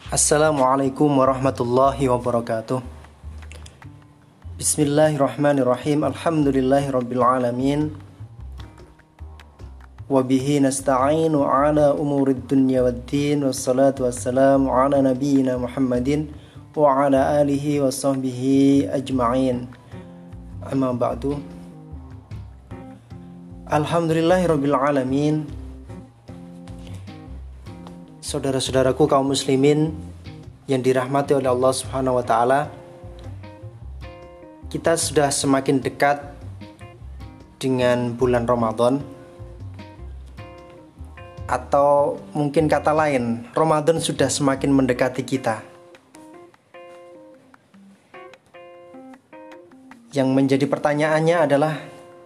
Assalamualaikum warahmatullahi wabarakatuh. Bismillahirrahmanirrahim. Alhamdulillahirabbil alamin. Wa bihi nasta'inu ala umurid dunya waddin. Wassalatu wassalamu ala nabiyyina Muhammadin wa ala alihi wa sahbihi ajma'in. Amma ba'du. Alhamdulillahirabbil alamin. Saudara-saudaraku kaum muslimin yang dirahmati oleh Allah Subhanahu wa taala, kita sudah semakin dekat dengan bulan Ramadan, atau mungkin kata lain, Ramadan sudah semakin mendekati kita. Yang menjadi pertanyaannya adalah,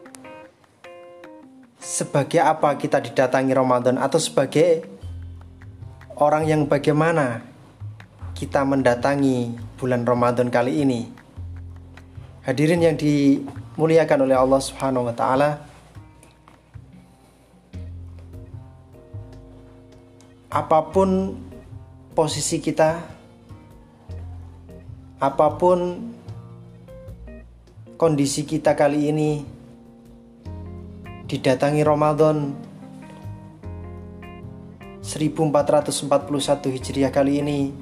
sebagai apa kita didatangi Ramadan, atau sebagai orang yang bagaimana kita mendatangi bulan Ramadan kali ini? Hadirin yang dimuliakan oleh Allah Subhanahu wa taala, apapun posisi kita, apapun kondisi kita kali ini, didatangi Ramadan 1441 Hijriah kali ini,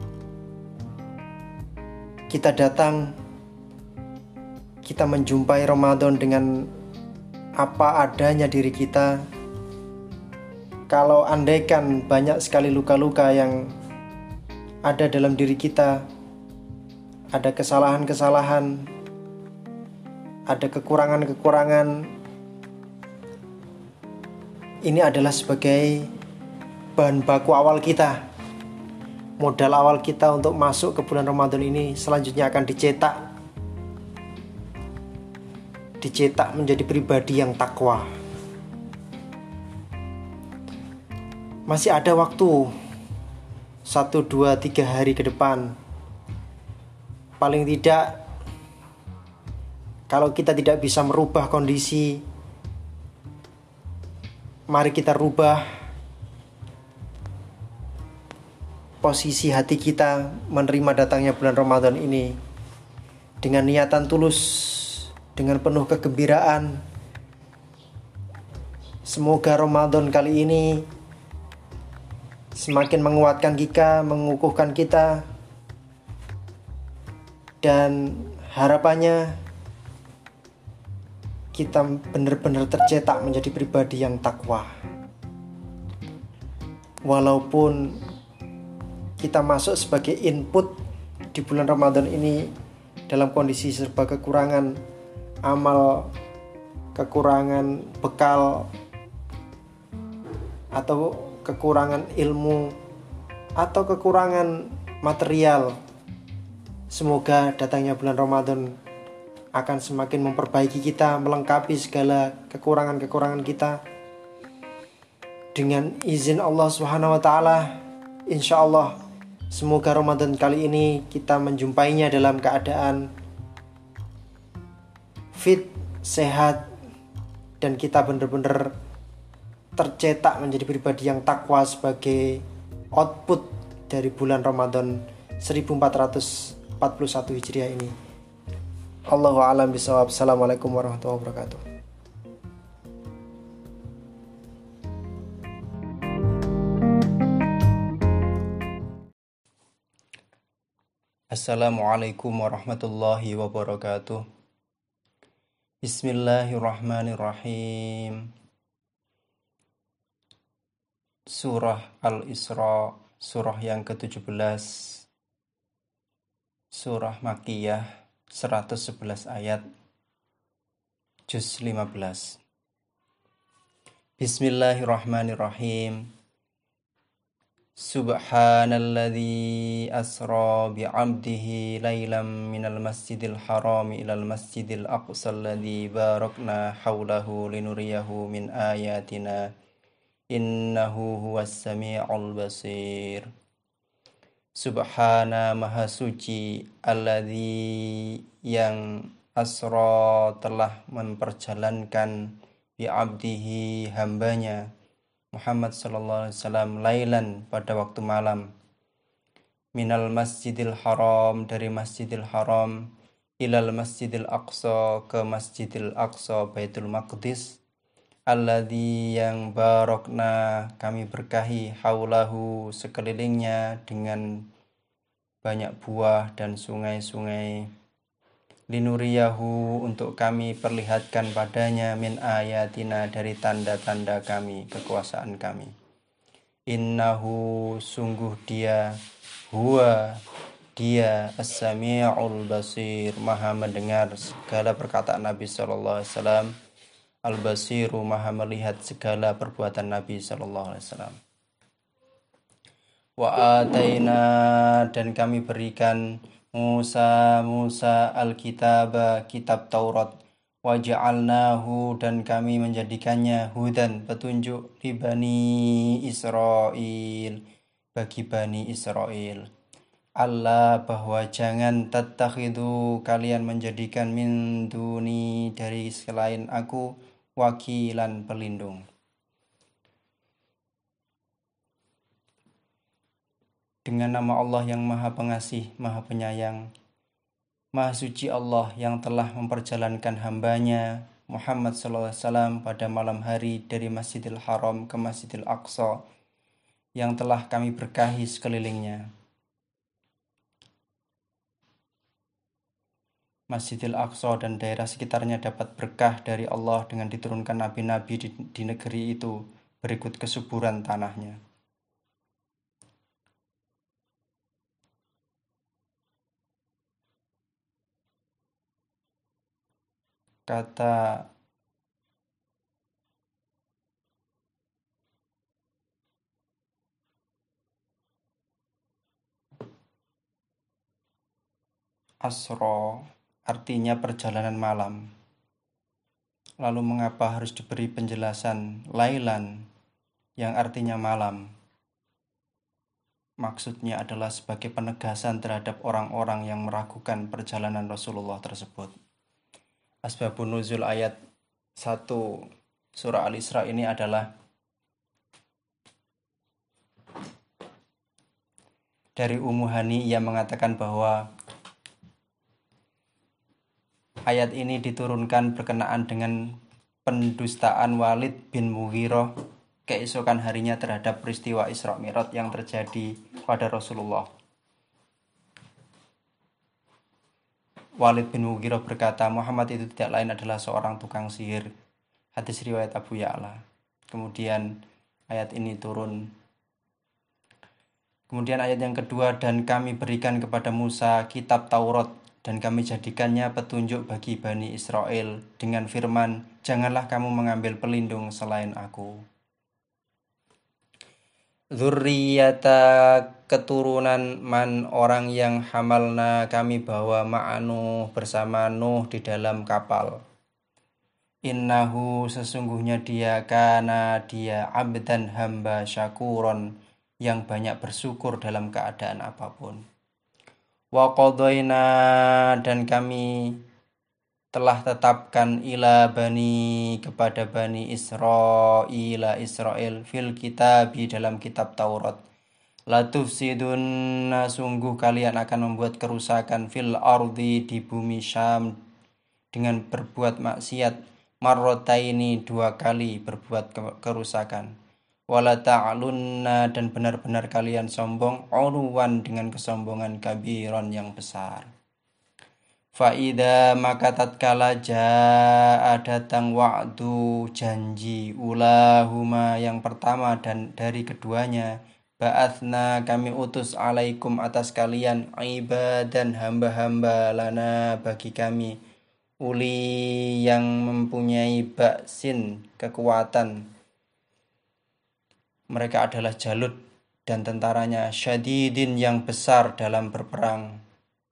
kita datang, kita menjumpai Ramadan dengan apa adanya diri kita. Kalau andaikan banyak sekali luka-luka yang ada dalam diri kita, ada kesalahan-kesalahan, ada kekurangan-kekurangan, ini adalah sebagai bahan baku awal kita, modal awal kita untuk masuk ke bulan Ramadan ini. Selanjutnya akan dicetak menjadi pribadi yang takwa. Masih ada waktu 1, 2, 3 hari ke depan. Paling tidak, kalau kita tidak bisa merubah kondisi, mari kita rubah posisi hati kita menerima datangnya bulan Ramadan ini dengan niatan tulus, dengan penuh kegembiraan. Semoga Ramadan kali ini semakin menguatkan kita, mengukuhkan kita, dan harapannya kita benar-benar tercetak menjadi pribadi yang takwa. Walaupun kita masuk sebagai input di bulan Ramadan ini dalam kondisi serba kekurangan amal, kekurangan bekal, atau kekurangan ilmu, atau kekurangan material. Semoga datangnya bulan Ramadan akan semakin memperbaiki kita, melengkapi segala kekurangan-kekurangan kita. Dengan izin Allah Subhanahu wa taala, insyaallah semoga Ramadan kali ini kita menjumpainya dalam keadaan fit, sehat, dan kita benar-benar tercetak menjadi pribadi yang takwa sebagai output dari bulan Ramadan 1441 Hijriah ini. Allahu a'lam bishawab. Assalamualaikum warahmatullahi wabarakatuh. Assalamualaikum warahmatullahi wabarakatuh. Bismillahirrahmanirrahim. Surah Al-Isra, surah yang ke-17, surah Makkiyah, 111 ayat, juz 15. Bismillahirrahmanirrahim. Subhanalladzi asra bi'abdihi laylan minal masjidil harami ilal masjidil aqsal ladzi barakna hawlahu linuriyahu min ayatina innahu huwas sami'ul basir. Subhana maha suci alladzi yang asra telah memperjalankan bi'abdihi hambanya Muhammad sallallahu alaihi wasallam lailan pada waktu malam minal masjidil haram, dari masjidil haram, ilal masjidil aqsa, ke masjidil aqsa Baitul Maqdis, alladzi yang barokna, kami berkahi, haulahu, sekelilingnya, dengan banyak buah dan sungai-sungai, linuriyahu, untuk kami perlihatkan padanya, min ayatina, dari tanda-tanda kami, kekuasaan kami. Innahu, sungguh dia, huwa, dia, as-sami'ul basir, maha mendengar segala perkataan Nabi sallallahu alaihi wasallam, al-basiru, maha melihat segala perbuatan Nabi sallallahu alaihi wasallam. Wa ataina, dan kami berikan Musa al-kitaba, kitab Taurat, wa ja'alnahu, dan kami menjadikannya hudan, petunjuk, li Bani Israil, bagi Bani Israel. Allah, bahwa jangan tattakhidu, kalian menjadikan, min duni, dari selain aku, wakilan, pelindung. Dengan nama Allah yang Maha Pengasih, Maha Penyayang, Maha Suci Allah yang telah memperjalankan hambanya Muhammad SAW pada malam hari dari Masjidil Haram ke Masjidil Aqsa, yang telah kami berkahi sekelilingnya. Masjidil Aqsa dan daerah sekitarnya dapat berkah dari Allah dengan diturunkan nabi-nabi di negeri itu, berikut kesuburan tanahnya. Kata asro artinya perjalanan malam. Lalu mengapa harus diberi penjelasan lailan yang artinya malam? Maksudnya adalah sebagai penegasan terhadap orang-orang yang meragukan perjalanan Rasulullah tersebut. Asbabun nuzul ayat 1 surah Al-Isra ini adalah dari Ummu Hani, yang mengatakan bahwa ayat ini diturunkan berkenaan dengan pendustaan Walid bin Mughirah keesokan harinya terhadap peristiwa Isra Mi'raj yang terjadi pada Rasulullah. Walid bin Mughirah berkata, Muhammad itu tidak lain adalah seorang tukang sihir. Hadis riwayat Abu Ya'la. Kemudian ayat ini turun. Kemudian ayat yang kedua, dan kami berikan kepada Musa kitab Taurat, dan kami jadikannya petunjuk bagi Bani Israel dengan firman, janganlah kamu mengambil pelindung selain aku. Dzurriyyata, keturunan, man, orang yang hamalna, kami bawa, ma'anuh, bersama Nuh di dalam kapal. Innahu, sesungguhnya dia, kana, dia, abdan, hamba, syakuron, yang banyak bersyukur dalam keadaan apapun. Wa qadaina, dan kami telah tetapkan, ila bani, kepada Bani Israel, fil kitabi, dalam kitab Taurat, latufsidunna, sungguh kalian akan membuat kerusakan, fil ardi, di bumi Syam, dengan berbuat maksiat, marrotaini, 2 kali berbuat kerusakan, wala ta'lunna, dan benar-benar kalian sombong, uluwan, dengan kesombongan, kabiron, yang besar. Fa'idha, maka tatkala ja'a, datang, wa'du, janji, ulahuma, yang pertama dan dari keduanya, ba'athna, kami utus, alaikum, atas kalian, ibadan, hamba-hamba, lana, bagi kami, uli, yang mempunyai ba'sin, kekuatan. Mereka adalah Jalut dan tentaranya, syadidin, yang besar dalam berperang.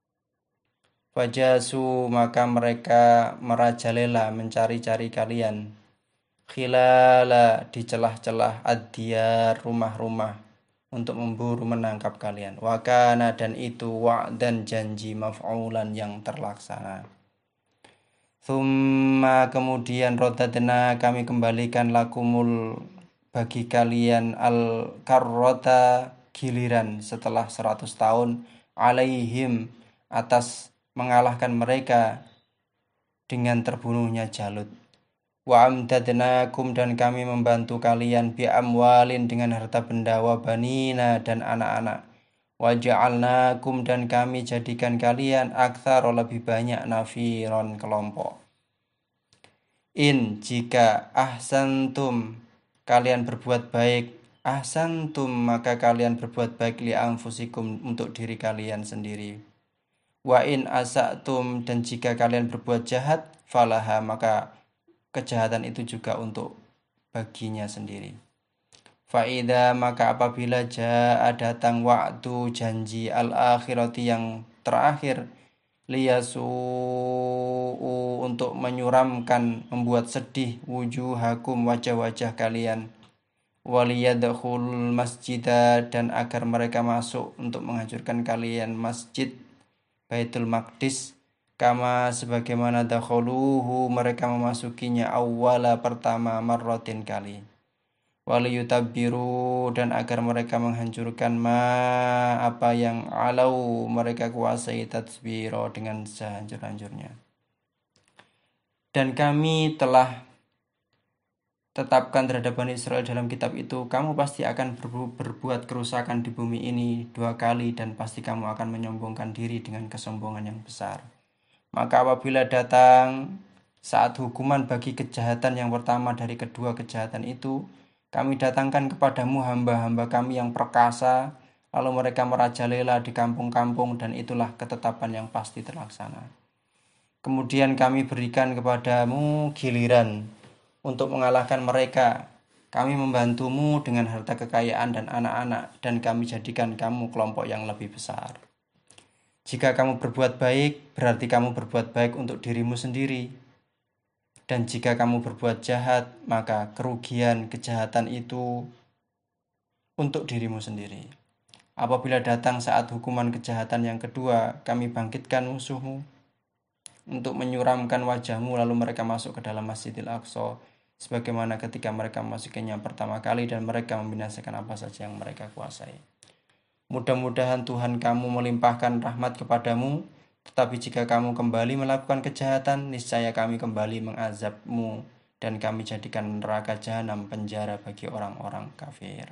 Fajasu, maka mereka merajalela, mencari-cari kalian, khilala, di celah-celah, ad-diyar, rumah-rumah, untuk memburu menangkap kalian. Wa kana, dan itu, wa'dan, janji, maf'ulan, yang terlaksana. Thumma, kemudian, rodadna, kami kembalikan, lakumul, bagi kalian, al-karrota, giliran setelah 100 tahun alaihim atas mengalahkan mereka dengan terbunuhnya Jalut. Wa amdadnakum dan kami membantu kalian bi amwalin dengan harta benda wa banina dan anak-anak. Wa ja'alnakum dan kami jadikan kalian aktsara lebih banyak nafiron kelompok. In jika ahsantum kalian berbuat baik, ahsantum maka kalian berbuat baik li anfusikum untuk diri kalian sendiri. Wa in asatum dan jika kalian berbuat jahat, falaha maka kejahatan itu juga untuk baginya sendiri. Faida maka apabila jaa datang waktu janji al-akhirati yang terakhir, liyasuu untuk menyuramkan, membuat sedih wujuhakum wajah-wajah kalian, waliyadkhul masjidah dan agar mereka masuk untuk menghancurkan kalian masjid Baitul Maqdis kama sebagaimana dakhuluhu mereka memasukinya awwala pertama marratin kali, waliyutabbiru dan agar mereka menghancurkan apa yang alau mereka kuasai tatbiro dengan sehancur-hancurnya. Dan kami telah tetapkan terhadap Bani Israel dalam kitab itu, kamu pasti akan berbuat kerusakan di bumi ini 2 kali dan pasti kamu akan menyombongkan diri dengan kesombongan yang besar. Maka apabila datang saat hukuman bagi kejahatan yang pertama dari kedua kejahatan itu, kami datangkan kepadamu hamba-hamba kami yang perkasa, lalu mereka merajalela di kampung-kampung dan itulah ketetapan yang pasti terlaksana. Kemudian kami berikan kepadamu giliran untuk mengalahkan mereka. Kami membantumu dengan harta kekayaan dan anak-anak dan kami jadikan kamu kelompok yang lebih besar. Jika kamu berbuat baik, berarti kamu berbuat baik untuk dirimu sendiri. Dan jika kamu berbuat jahat, maka kerugian kejahatan itu untuk dirimu sendiri. Apabila datang saat hukuman kejahatan yang kedua, kami bangkitkan musuhmu untuk menyuramkan wajahmu lalu mereka masuk ke dalam Masjidil Aqsa sebagaimana ketika mereka memasukinya pertama kali dan mereka membinasakan apa saja yang mereka kuasai. Mudah-mudahan Tuhan kamu melimpahkan rahmat kepadamu, tetapi jika kamu kembali melakukan kejahatan, niscaya kami kembali mengazabmu dan kami jadikan neraka jahanam penjara bagi orang-orang kafir.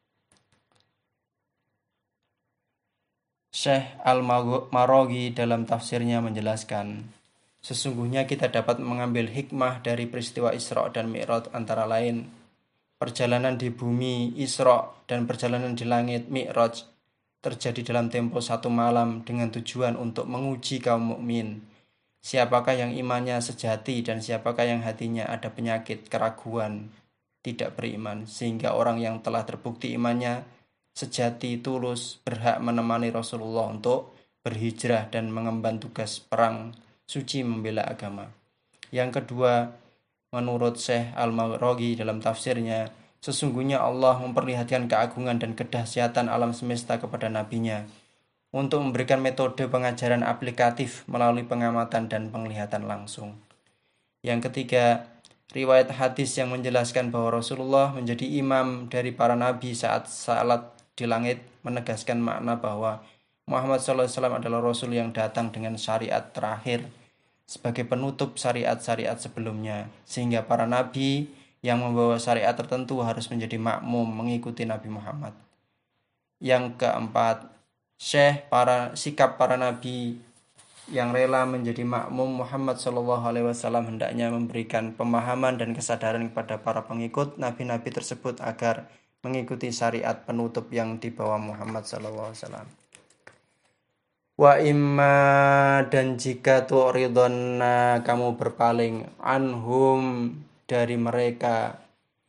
Syekh Al-Maraghi dalam tafsirnya menjelaskan, sesungguhnya kita dapat mengambil hikmah dari peristiwa Isra dan Mi'raj antara lain perjalanan di bumi Isra dan perjalanan di langit Mi'raj terjadi dalam tempo 1 malam dengan tujuan untuk menguji kaum mukmin. Siapakah yang imannya sejati dan siapakah yang hatinya ada penyakit keraguan tidak beriman, sehingga orang yang telah terbukti imannya sejati tulus berhak menemani Rasulullah untuk berhijrah dan mengemban tugas perang suci membela agama. Yang kedua, menurut Syekh Al-Maraghi dalam tafsirnya, sesungguhnya Allah memperlihatkan keagungan dan kedahsyatan alam semesta kepada nabinya untuk memberikan metode pengajaran aplikatif melalui pengamatan dan penglihatan langsung. Yang ketiga, riwayat hadis yang menjelaskan bahwa Rasulullah menjadi imam dari para nabi saat salat di langit menegaskan makna bahwa Muhammad SAW adalah Rasul yang datang dengan syariat terakhir sebagai penutup syariat-syariat sebelumnya, sehingga para nabi yang membawa syariat tertentu harus menjadi makmum mengikuti Nabi Muhammad. Yang keempat, sikap para nabi yang rela menjadi makmum Muhammad SAW hendaknya memberikan pemahaman dan kesadaran kepada para pengikut nabi-nabi tersebut agar mengikuti syariat penutup yang dibawa Muhammad SAW. Wa imma dan jika tu'ridonna kamu berpaling anhum dari mereka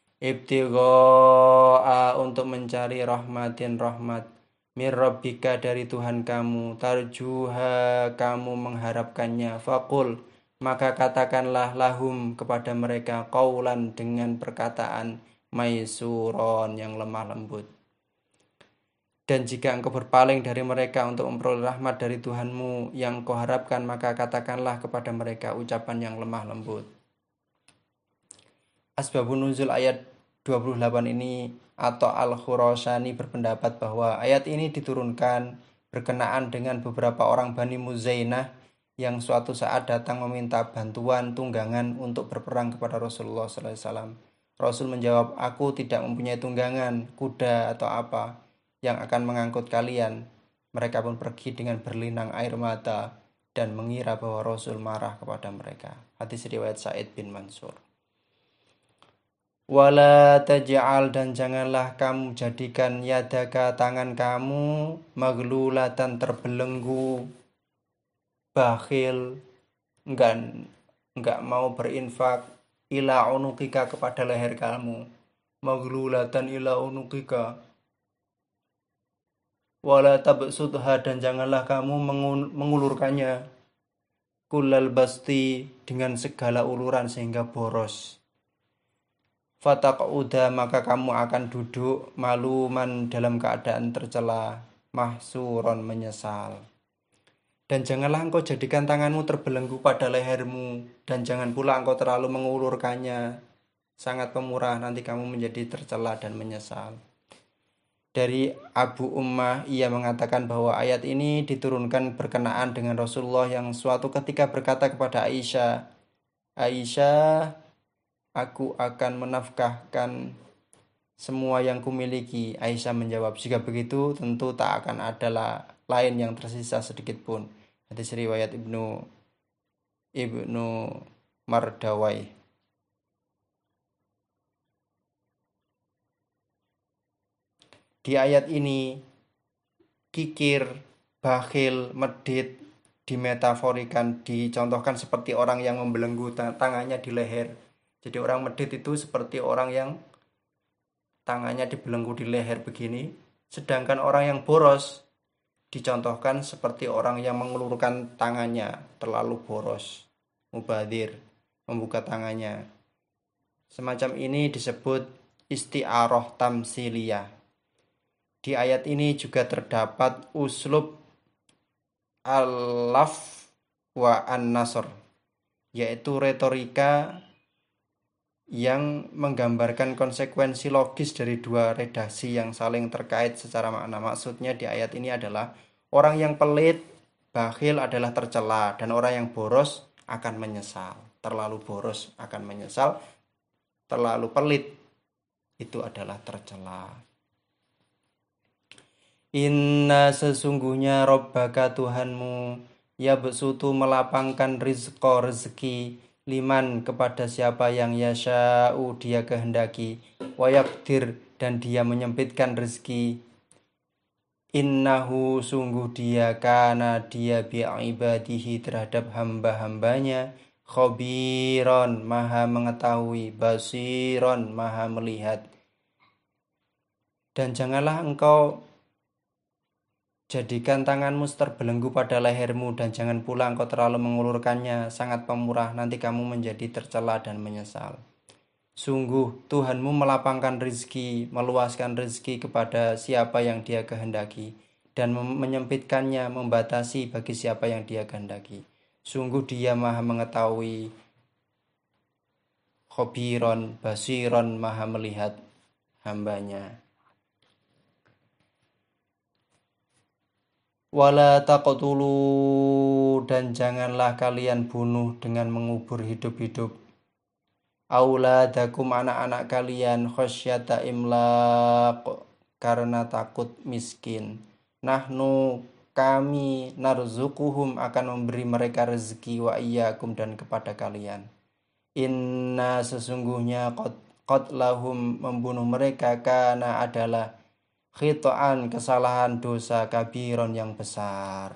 ibtigha'a untuk mencari rahmatin rahmat mir rabbika dari Tuhan kamu tarjuha kamu mengharapkannya faqul maka katakanlah lahum kepada mereka qaulan dengan perkataan maisuron yang lemah lembut. Dan jika engkau berpaling dari mereka untuk memperoleh rahmat dari Tuhanmu yang kau harapkan, maka katakanlah kepada mereka ucapan yang lemah lembut. Asbabun nuzul ayat 28 ini atau Al-Khurasani berpendapat bahwa ayat ini diturunkan berkenaan dengan beberapa orang Bani Muzainah yang suatu saat datang meminta bantuan tunggangan untuk berperang kepada Rasulullah SAW. Rasul menjawab, aku tidak mempunyai tunggangan, kuda atau apa yang akan mengangkut kalian. Mereka pun pergi dengan berlinang air mata dan mengira bahwa Rasul marah kepada mereka. Hadis riwayat Sa'id bin Mansur. Wala taj'al, dan janganlah kamu jadikan yadaka, tangan kamu, maglulatan, terbelenggu, bakhil, enggak mau berinfak, ila unukika, kepada leher kamu, maglulatan ila unukika. Wala tabsudha, dan janganlah kamu mengulurkannya, kullal basti, dengan segala uluran sehingga boros. Fataqauda, maka kamu akan duduk maluman, dalam keadaan tercela, mahsuron, menyesal. Dan janganlah engkau jadikan tanganmu terbelenggu pada lehermu, dan jangan pula engkau terlalu mengulurkannya, sangat pemurah, nanti kamu menjadi tercela dan menyesal. Dari Abu Ummah, ia mengatakan bahwa ayat ini diturunkan berkenaan dengan Rasulullah yang suatu ketika berkata kepada Aisyah, Aisyah, aku akan menafkahkan semua yang kumiliki. Aisyah menjawab, jika begitu tentu tak akan ada lain yang tersisa sedikit pun. Hadis riwayat Ibnu Mardawai. Di ayat ini, kikir, bakhil, medit dimetaforikan, dicontohkan seperti orang yang membelenggu tangannya di leher. Jadi orang medit itu seperti orang yang tangannya dibelenggu di leher begini. Sedangkan orang yang boros dicontohkan seperti orang yang mengulurkan tangannya, terlalu boros, mubadir, membuka tangannya. Semacam ini disebut isti'arah tamsiliyah. Di ayat ini juga terdapat uslub al-laf wa an-nasr, yaitu retorika yang menggambarkan konsekuensi logis dari dua redaksi yang saling terkait secara makna. Maksudnya di ayat ini adalah orang yang pelit, bakhil adalah tercela, dan orang yang boros akan menyesal. Terlalu boros akan menyesal, terlalu pelit itu adalah tercela. Inna, sesungguhnya Rabbaka, Tuhanmu, yabsutu, melapangkan rizqa, rezeki, liman, kepada siapa yang yasha'u, dia kehendaki, wayaqdir, dan dia menyempitkan rezeki. Innahu, sungguh dia, kana, dia, bi'ibadihi, terhadap hamba-hambanya, khabiron, maha mengetahui, basiron, maha melihat. Dan janganlah engkau jadikan tanganmu terbelenggu pada lehermu, dan jangan pula engkau terlalu mengulurkannya, sangat pemurah, nanti kamu menjadi tercela dan menyesal. Sungguh Tuhanmu melapangkan rezeki, meluaskan rezeki kepada siapa yang dia kehendaki, dan menyempitkannya, membatasi bagi siapa yang dia kehendaki. Sungguh dia maha mengetahui, khobiron, basiron, maha melihat hambanya. Wala taqtulu, dan janganlah kalian bunuh dengan mengubur hidup-hidup, auladakum, anak-anak kalian, khasyata imlaq, karena takut miskin. Nahnu, kami, narzukuhum, akan memberi mereka rezeki, wa iyyakum, dan kepada kalian. Inna, sesungguhnya qatlahum, membunuh mereka, kana, adalah khita'an, kesalahan, dosa, kabiron, yang besar.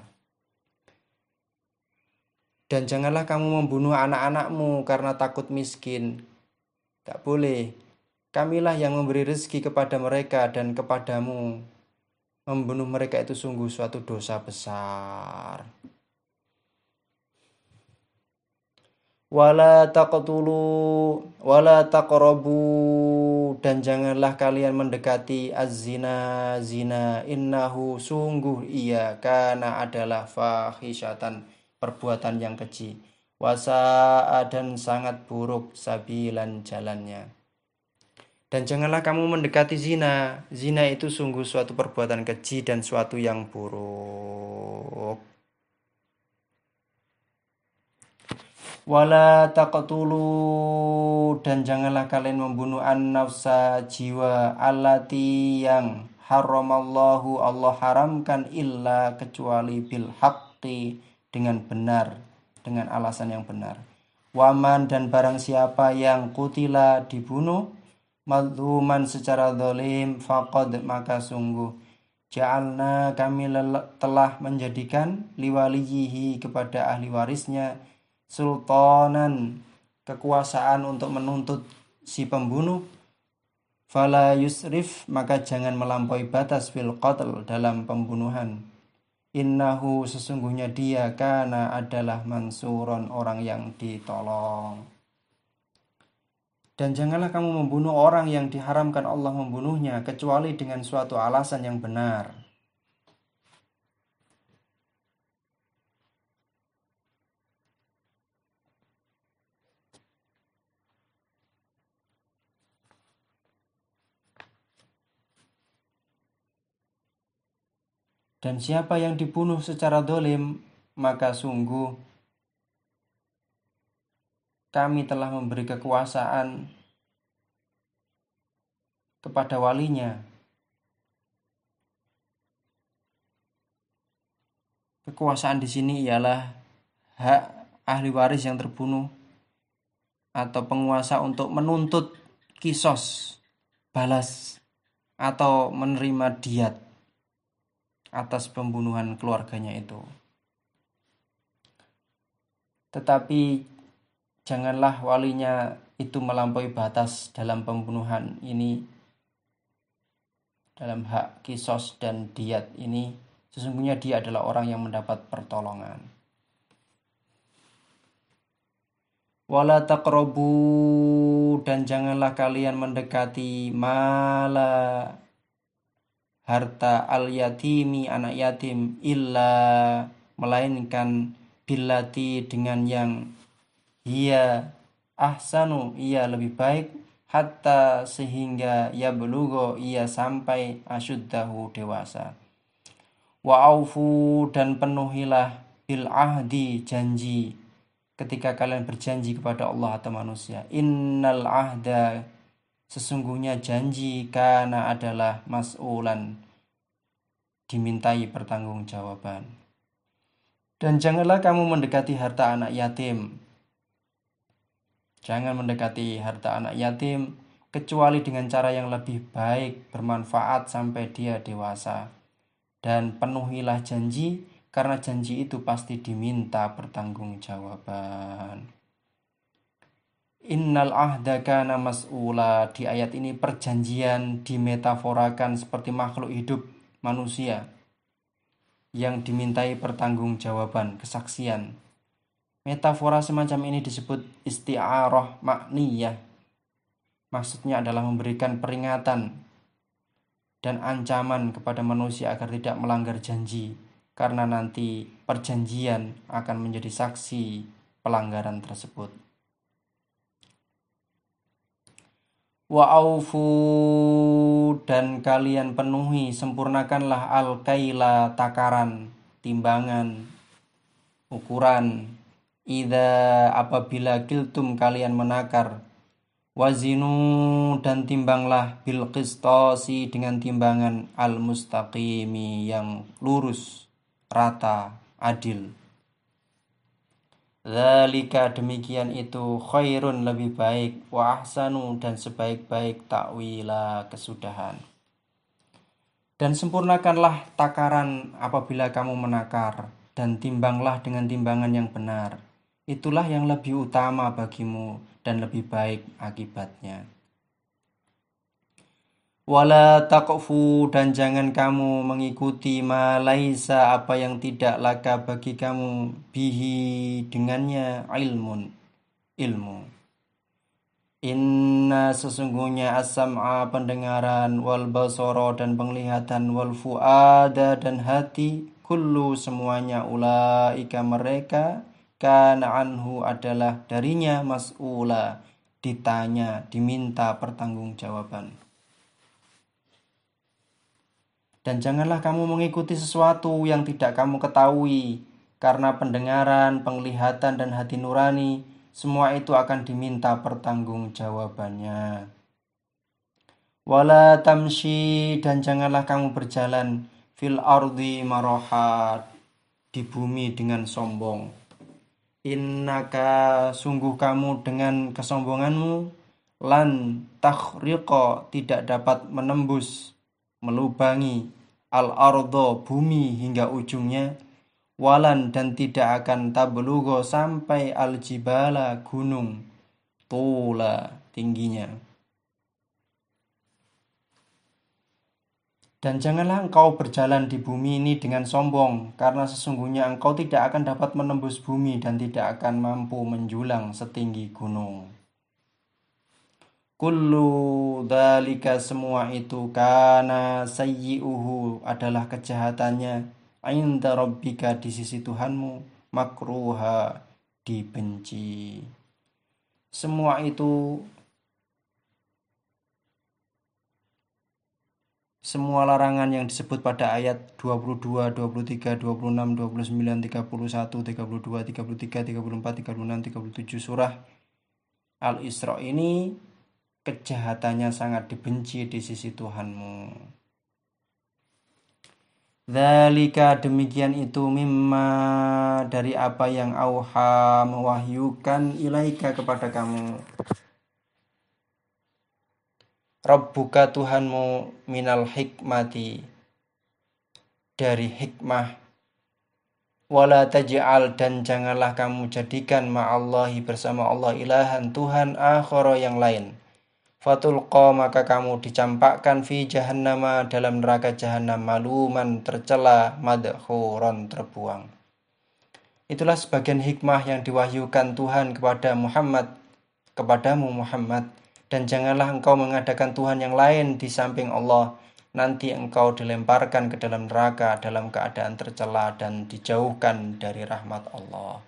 Dan janganlah kamu membunuh anak-anakmu karena takut miskin. Tak boleh. Kamilah yang memberi rezeki kepada mereka dan kepadamu. Membunuh mereka itu sungguh suatu dosa besar. Wala taqrabu, dan janganlah kalian mendekati az-zina, zina, innahu, sungguh ia, kana, adalah fahisyatan, perbuatan yang keji, wasa'a, dan sangat buruk, sabilan, jalannya. Dan janganlah kamu mendekati zina. Zina itu sungguh suatu perbuatan keji dan suatu yang buruk. Wala taqtulu, dan janganlah kalian membunuh an-nafsa, jiwa, allati yang haramallahu, Allah haramkan, illa kecuali bil haqqi, dengan benar, dengan alasan yang benar. Waman, dan barang siapa yang kutila, dibunuh, madhuman, secara zalim, faqad, maka sungguh ja'alna, kami telah menjadikan, liwaliyihi, kepada ahli warisnya, sultanan, kekuasaan untuk menuntut si pembunuh, fala yusrif, maka jangan melampaui batas, fil qatl, dalam pembunuhan. Innahu, sesungguhnya dia, kana, adalah mansuron, orang yang ditolong. Dan janganlah kamu membunuh orang yang diharamkan Allah membunuhnya, kecuali dengan suatu alasan yang benar. Dan siapa yang dibunuh secara dolim, maka sungguh kami telah memberi kekuasaan kepada walinya. Kekuasaan di sini ialah hak ahli waris yang terbunuh atau penguasa untuk menuntut kisos, balas, atau menerima diat atas pembunuhan keluarganya itu. Tetapi janganlah walinya itu melampaui batas dalam pembunuhan ini, dalam hak kisos dan diat ini. Sesungguhnya dia adalah orang yang mendapat pertolongan. Wala taqrabu, dan janganlah kalian mendekati mala, harta, al-yatimi, anak yatim, illa, melainkan billati, dengan yang hiya ahsanu, ia lebih baik, hatta, sehingga yablugho, ia sampai, asyuddahu, dewasa. Wa aufu, dan penuhilah, bil ahdi, janji, ketika kalian berjanji kepada Allah atau manusia. Innal ahda, sesungguhnya janji, kana, adalah mas'ulan, dimintai pertanggungjawaban. Dan janganlah kamu mendekati harta anak yatim. Jangan mendekati harta anak yatim kecuali dengan cara yang lebih baik, bermanfaat sampai dia dewasa. Dan penuhilah janji, karena janji itu pasti diminta pertanggungjawaban. Innal ahda kana mas'ula, di ayat ini perjanjian dimetaforakan seperti makhluk hidup manusia yang dimintai pertanggungjawaban, kesaksian. Metafora semacam ini disebut isti'arah makniyah. Maksudnya adalah memberikan peringatan dan ancaman kepada manusia agar tidak melanggar janji, karena nanti perjanjian akan menjadi saksi pelanggaran tersebut. Wa aufu, dan kalian penuhi, sempurnakanlah, al-kaila, takaran, timbangan, ukuran, idza, apabila kiltum, kalian menakar, wazinu, dan timbanglah, bil qistosi, dengan timbangan, al mustaqimi, yang lurus, rata, adil. Dzalika, demikian itu, khairun, lebih baik, wa ahsanu, dan sebaik-baik, takwila, kesudahan. Dan sempurnakanlah takaran apabila kamu menakar, dan timbanglah dengan timbangan yang benar. Itulah yang lebih utama bagimu dan lebih baik akibatnya. Wala taqfu, dan jangan kamu mengikuti ma laisa, apa yang tidak laka bagi kamu, bihi, dengannya, ilmu. Inna, sesungguhnya, as-sam'a, pendengaran, wal basara, dan penglihatan, wal fuada, dan hati, kullu, semuanya, ulaika, mereka, kana anhu, adalah darinya, mas'ula, ditanya, diminta pertanggungjawaban. Dan janganlah kamu mengikuti sesuatu yang tidak kamu ketahui, karena pendengaran, penglihatan, dan hati nurani, semua itu akan diminta pertanggungjawabannya. Wala tamshi, dan janganlah kamu berjalan fil ardi maraha, di bumi dengan sombong. Innaka, sungguh kamu dengan kesombonganmu, lan takhriqa, tidak dapat menembus, melubangi al-ardo, bumi hingga ujungnya, walan, dan tidak akan tablugho, sampai al-jibala, gunung, tula, tingginya. Dan janganlah engkau berjalan di bumi ini dengan sombong, karena sesungguhnya engkau tidak akan dapat menembus bumi dan tidak akan mampu menjulang setinggi gunung. Kullu dzalika, semua itu, kana sayyi'uhu, adalah kejahatannya, inda rabbika, di sisi Tuhanmu, makruha, dibenci. Semua itu, semua larangan yang disebut pada ayat 22, 23, 26, 29, 31, 32, 33, 34, 36, 37 surah Al-Isra ini, kejahatannya sangat dibenci di sisi Tuhanmu. Dzalika, demikian itu, mimma, dari apa yang auha, mewahyukan, ilaika, kepada kamu, Rabbuka, Tuhanmu, minal hikmati, dari hikmah. Wala taj'al, dan janganlah kamu jadikan ma'allahi, bersama Allah, ilahan, Tuhan, akhara, yang lain. Fatulqa, maka kamu dicampakkan, fi jahannama, dalam neraka jahanam, maluman, tercela, madhuran, terbuang. Itulah sebagian hikmah yang diwahyukan Tuhan kepada Muhammad, kepadamu Muhammad. Dan janganlah engkau mengadakan Tuhan yang lain di samping Allah, nanti engkau dilemparkan ke dalam neraka dalam keadaan tercela dan dijauhkan dari rahmat Allah.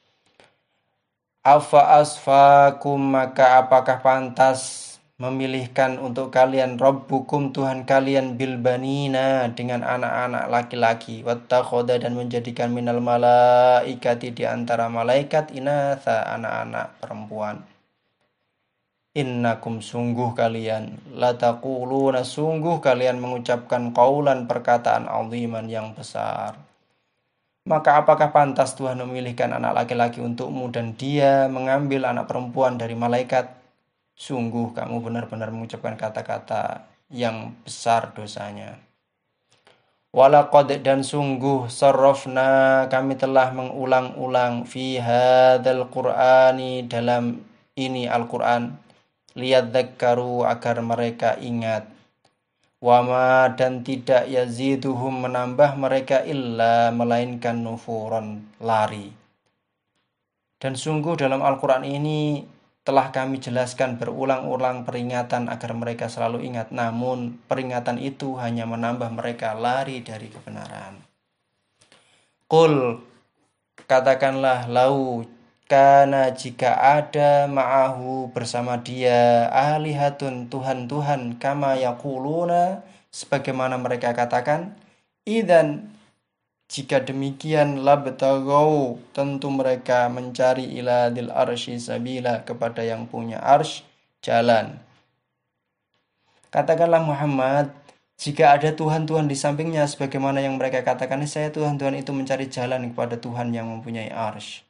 Afa asfakum, maka apakah pantas memilihkan untuk kalian Rabbukum, Tuhan kalian, bilbanina, dengan anak-anak laki-laki, wattakhoda, dan menjadikan minal malaikati, di antara malaikat, inatha, anak-anak perempuan. Innakum, sungguh kalian, lataquluna, sungguh kalian mengucapkan qaulan, perkataan, aziman, yang besar. Maka apakah pantas Tuhan memilihkan anak laki-laki untukmu dan dia mengambil anak perempuan dari malaikat? Sungguh kamu benar-benar mengucapkan kata-kata yang besar dosanya. Walaqad, dan sungguh, sarrafna, kami telah mengulang-ulang, fi hadzal qur'ani, dalam ini Al-Qur'an, liyadzakkaru, agar mereka ingat. Wama, dan tidak yaziduhum, menambah mereka, illa, melainkan, nufuron, lari. Dan sungguh dalam Al-Qur'an ini telah kami jelaskan berulang-ulang peringatan agar mereka selalu ingat, namun peringatan itu hanya menambah mereka lari dari kebenaran. Qul, katakanlah, lau kana, jika ada, ma'ahu, bersama dia, alihatun, Tuhan-Tuhan, kama yaquluna, sebagaimana mereka katakan, idzan, jika demikian, labtagau, tentu mereka mencari, ila dil arsy sabila, kepada yang punya arsy, jalan. Katakanlah Muhammad, jika ada Tuhan-Tuhan di sampingnya, sebagaimana yang mereka katakan, saya Tuhan-Tuhan itu mencari jalan kepada Tuhan yang mempunyai arsy.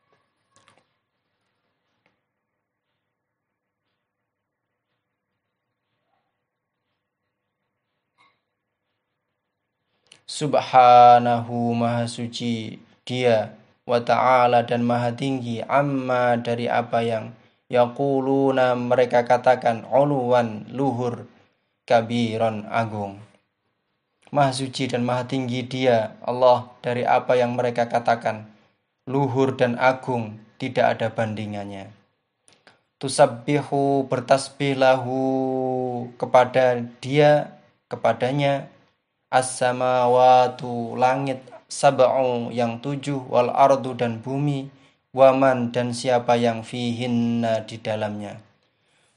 Subhanahu, maha suci dia, wa ta'ala, dan maha tinggi, amma, dari apa yang yaquluna, mereka katakan, uluwan, luhur, kabiron, agung. Maha suci dan maha tinggi dia, Allah, dari apa yang mereka katakan, luhur dan agung, tidak ada bandingannya. Tusabbihu, bertasbih, lahu, kepada dia, kepadanya, as-samawatu, langit, sab'u, yang 7, wal ardu, dan bumi, waman, dan siapa yang fihinna, di dalamnya.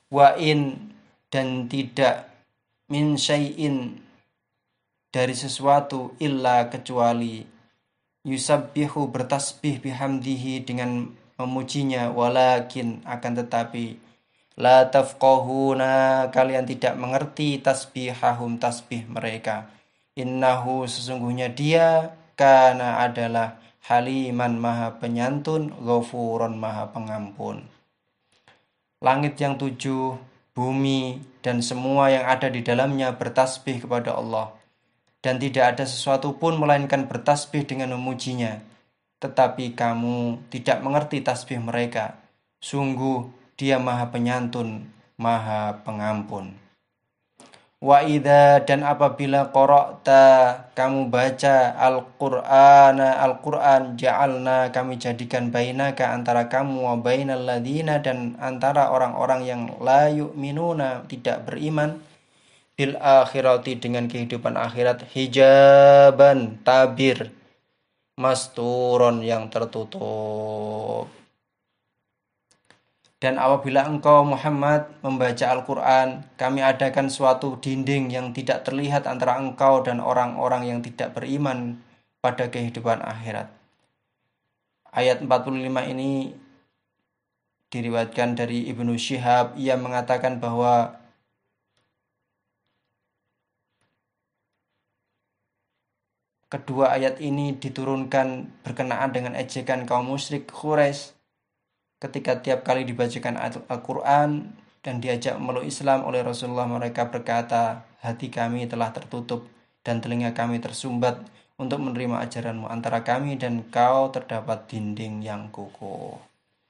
wa in dan tidak min syai'in dari sesuatu illa kecuali yusabbihu bertasbih bihamdihi dengan memujinya, walakin akan tetapi la tafqahuna kalian tidak mengerti tasbihahum tasbih mereka. Innahu sesungguhnya dia kana adalah haliman maha penyantun, ghafuron maha pengampun. Langit yang 7, bumi dan semua yang ada di dalamnya bertasbih kepada Allah, dan tidak ada sesuatu pun melainkan bertasbih dengan memujinya. Tetapi kamu tidak mengerti tasbih mereka. Sungguh dia maha penyantun, maha pengampun. Wa idza dan apabila qara'ta kamu baca Al-Qur'an ja'alna kami jadikan bainaka antara kamu wa bainal ladina dan antara orang-orang yang la yu'minuna tidak beriman bil akhirati dengan kehidupan akhirat hijaban tabir masturon yang tertutup. Dan apabila engkau Muhammad membaca Al-Quran, kami adakan suatu dinding yang tidak terlihat antara engkau dan orang-orang yang tidak beriman pada kehidupan akhirat. Ayat 45 ini diriwayatkan dari Ibnu Syihab. Ia mengatakan bahwa kedua ayat ini diturunkan berkenaan dengan ejekan kaum musyrik Quraisy ketika tiap kali dibacakan Al-Quran dan diajak memeluk Islam oleh Rasulullah, mereka berkata, hati kami telah tertutup dan telinga kami tersumbat untuk menerima ajaranmu. Antara kami dan kau terdapat dinding yang kokoh.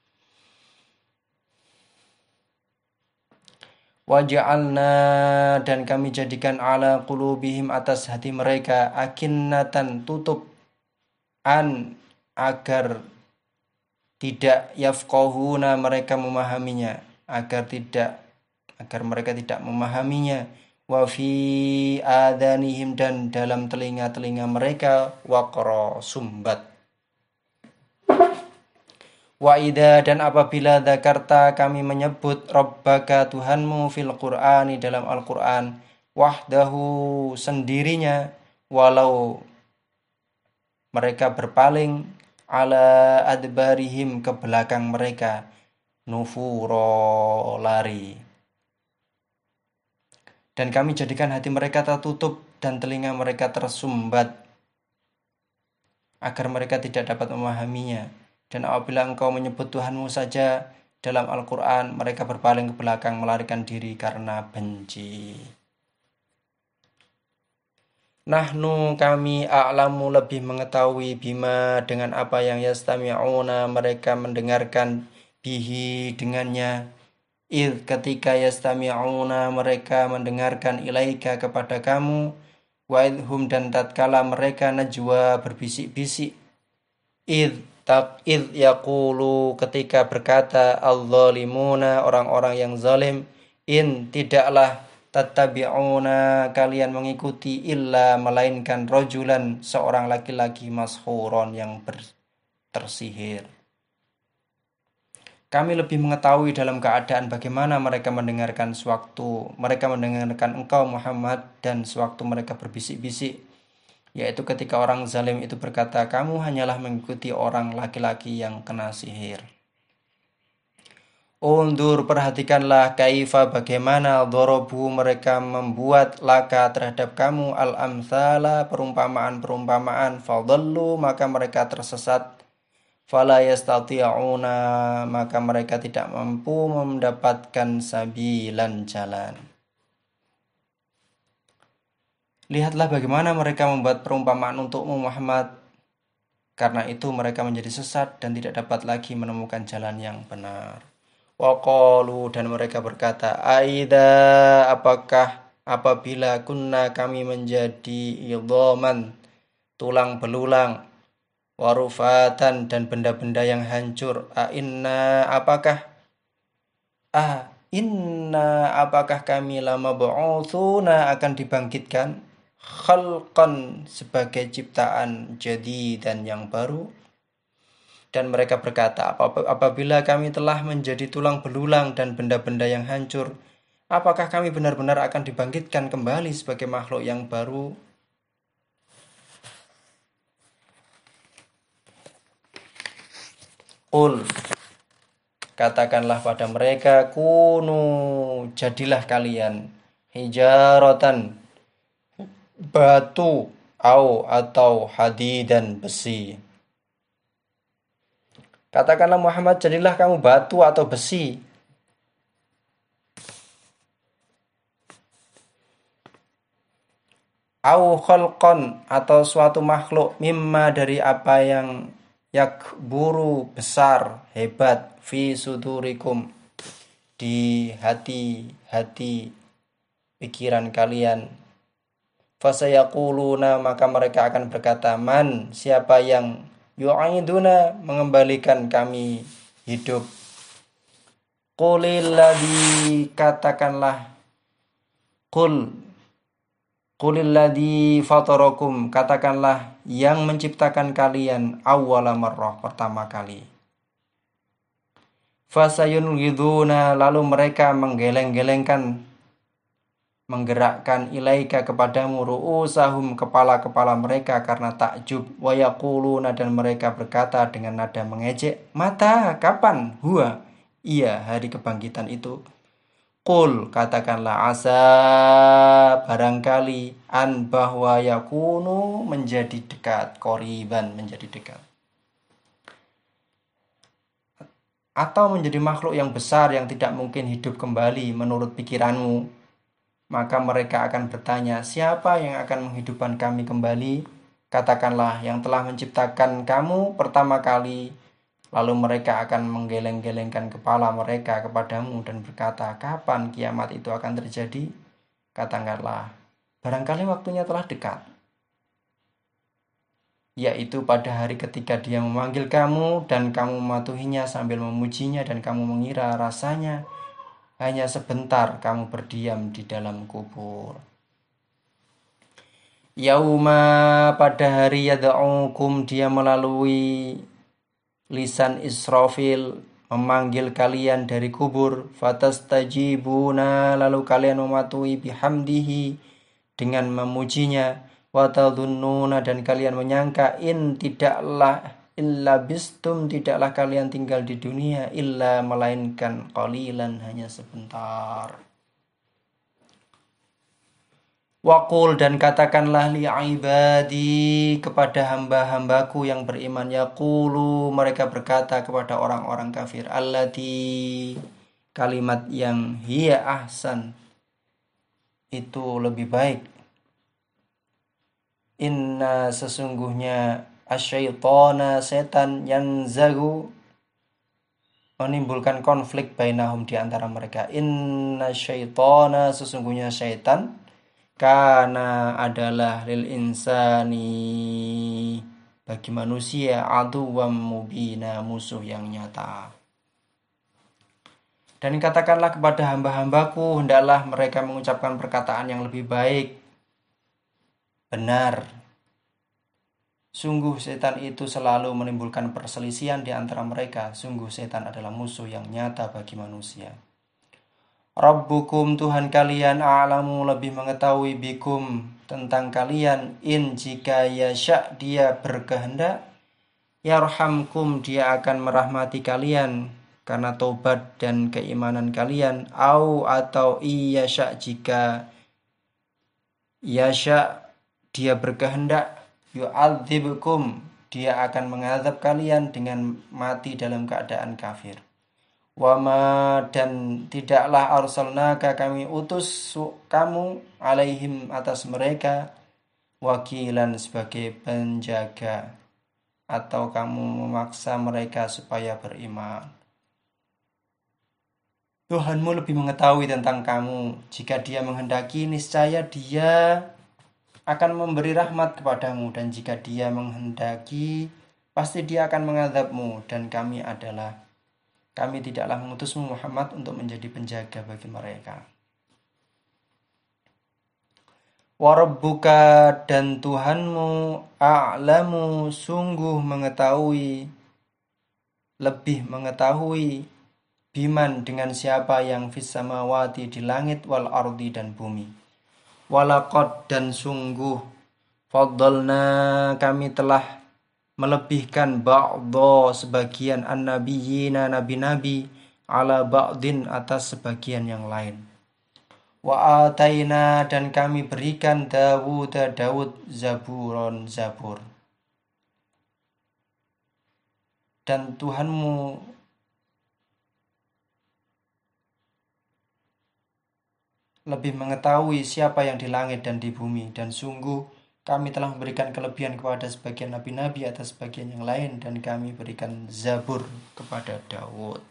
Waja'alna dan kami jadikan ala qulubihim atas hati mereka akinnatan tutup an agar tidak yafqahuna mereka memahaminya, agar mereka tidak memahaminya, wa fi adanihim dan dalam telinga-telinga mereka waqra sumbat. Wa idza dan apabila dzakarta kami menyebut rabbaka Tuhanmu fil Qur'ani dalam Al-Qur'an wahdahu sendirinya, walau mereka berpaling ala adbarihim ke belakang mereka nufuro lari. Dan kami jadikan hati mereka tertutup dan telinga mereka tersumbat agar mereka tidak dapat memahaminya. Dan apabila engkau menyebut Tuhanmu saja dalam Al-Quran, mereka berpaling ke belakang melarikan diri karena benci. Nahnu kami a'lamu lebih mengetahui bima dengan apa yang yastami'una mereka mendengarkan bihi dengannya. Id ketika yastami'una mereka mendengarkan ilaika kepada kamu, wa idhum dan tatkala mereka najwa berbisik-bisik. Id yaqulu ketika berkata al-zalimuna orang-orang yang zalim, in tidaklah tattabi'una kalian mengikuti illa melainkan rajulan seorang laki-laki mashuron yang tersihir. Kami lebih mengetahui dalam keadaan bagaimana mereka mendengarkan sewaktu mereka mendengarkan engkau Muhammad dan sewaktu mereka berbisik-bisik, yaitu ketika orang zalim itu berkata, kamu hanyalah mengikuti orang laki-laki yang kena sihir. Undur perhatikanlah kaifa bagaimana dorobu mereka membuat laka terhadap kamu al-amthala perumpamaan-perumpamaan fadallu maka mereka tersesat fala yastati'una maka mereka tidak mampu mendapatkan sabilan jalan. Lihatlah bagaimana mereka membuat perumpamaan untukmu Muhammad, karena itu mereka menjadi sesat dan tidak dapat lagi menemukan jalan yang benar. Waqalu dan mereka berkata, aida apakah apabila kunna kami menjadi idhaman tulang belulang, warufatan dan benda-benda yang hancur, inna apakah kami lama ba'utsuna akan dibangkitkan khalqan sebagai ciptaan jadi dan yang baru. Dan mereka berkata, apabila kami telah menjadi tulang belulang dan benda-benda yang hancur, apakah kami benar-benar akan dibangkitkan kembali sebagai makhluk yang baru? Qul, katakanlah pada mereka, kunu, jadilah kalian, hijaratan, batu, atau hadidan, besi. Katakanlah Muhammad, jadilah kamu batu atau besi. Au khalqan, atau suatu makhluk, mimma, dari apa yang yakburu, besar, hebat, fi sudurikum, di hati-hati pikiran kalian. Fasayaquluna, maka mereka akan berkata, man, siapa yang yu'iduna, mengembalikan kami hidup. Qulilladzi, katakanlah, Qulilladzi fatarakum, katakanlah yang menciptakan kalian awwala marrah, pertama kali. Fasayunghiduna, lalu mereka menggerakkan ilaika, kepadamu, ru'usahum, kepala-kepala mereka karena takjub. Wa yaquluna, dan mereka berkata dengan nada mengejek, mata, kapan, huwa, iya, hari kebangkitan itu. Qul, katakanlah, asa, barangkali, an, bahwa yakunu, menjadi dekat, qoriban, menjadi dekat, atau menjadi makhluk yang besar yang tidak mungkin hidup kembali menurut pikiranmu. Maka mereka akan bertanya, siapa yang akan menghidupkan kami kembali? Katakanlah, yang telah menciptakan kamu pertama kali. Lalu mereka akan menggeleng-gelengkan kepala mereka kepadamu dan berkata, kapan kiamat itu akan terjadi? Katakanlah, barangkali waktunya telah dekat, yaitu pada hari ketika dia memanggil kamu dan kamu mematuhinya sambil memujinya, dan kamu mengira rasanya hanya sebentar kamu berdiam di dalam kubur. Yauma, pada hari yad'ukum, dia melalui lisan Israfil memanggil kalian dari kubur. Fatastajibuna, lalu kalian mematuhi, bihamdihi, dengan memujinya. Watadhunnuna, dan kalian menyangka, illa bistum, tidaklah kalian tinggal di dunia, illa, melainkan, qalilan, hanya sebentar. Waqul, dan katakanlah, li'ibadi, kepada hamba-hambaku yang beriman, yaqulu, mereka berkata kepada orang-orang kafir, allati, kalimat yang hiya ahsan, itu lebih baik. Inna, sesungguhnya, asyaitona, setan, yanzagu, menimbulkan konflik bainahum, di antara mereka. Inna syaitona, sesungguhnya syaitan, kana, adalah, lil insani, bagi manusia, aduwwam mubina, musuh yang nyata. Dan katakanlah kepada hamba-hambaku, hendaklah mereka mengucapkan perkataan yang lebih baik, benar. Sungguh setan itu selalu menimbulkan perselisihan di antara mereka. Sungguh setan adalah musuh yang nyata bagi manusia. Rabbukum, Tuhan kalian, a'lamu, lebih mengetahui, bikum, tentang kalian, in, jika yasha, dia berkehendak, yarhamkum, dia akan merahmati kalian karena taubat dan keimanan kalian, atau iyasha, jika yasha, dia berkehendak, yu'adzibukum, dia akan mengadab kalian dengan mati dalam keadaan kafir. Wama, dan tidaklah arsalnaka, kami utus kamu, alaihim, atas mereka, wakilan, sebagai penjaga, atau kamu memaksa mereka supaya beriman. Tuhanmu lebih mengetahui tentang kamu. Jika dia menghendaki, niscaya dia akan memberi rahmat kepadamu, dan jika dia menghendaki, pasti dia akan mengadabmu. Dan kami tidaklah mengutusmu Muhammad untuk menjadi penjaga bagi mereka. Warabbuka, dan Tuhanmu, a'lamu, sungguh mengetahui, lebih mengetahui biman dengan siapa yang fis samawati di langit wal ardi dan bumi. Walaqad dan sungguh faddalna kami telah melebihkan ba'dha sebagian annabiyina nabi-nabi ala ba'din atas sebagian yang lain. Wa ataina dan kami berikan Dawud zaburon zabur. Dan Tuhanmu lebih mengetahui siapa yang di langit dan di bumi, dan sungguh kami telah memberikan kelebihan kepada sebagian nabi-nabi atas sebagian yang lain, dan kami berikan zabur kepada Daud.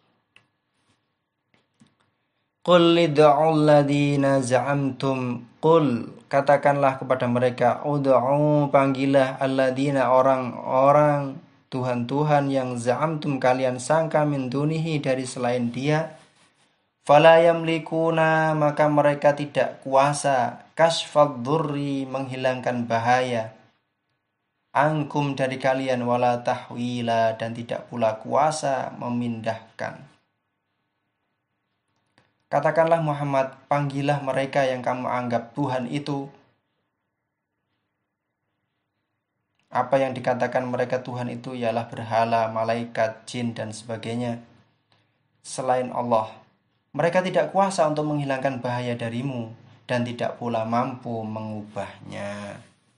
Qul lid'ul ladina za'amtum, qul katakanlah kepada mereka, ud'u panggillah alladina orang-orang Tuhan-Tuhan yang za'amtum kalian sangka min dunihi dari selain dia. Fala yamlikuna maka mereka tidak kuasa kasfad dzurri menghilangkan bahaya angkum dari kalian wala tahwila dan tidak pula kuasa memindahkan. Katakanlah Muhammad, panggillah mereka yang kamu anggap Tuhan itu. Apa yang dikatakan mereka Tuhan itu ialah berhala, malaikat, jin dan sebagainya selain Allah. Mereka tidak kuasa untuk menghilangkan bahaya darimu dan tidak pula mampu mengubahnya.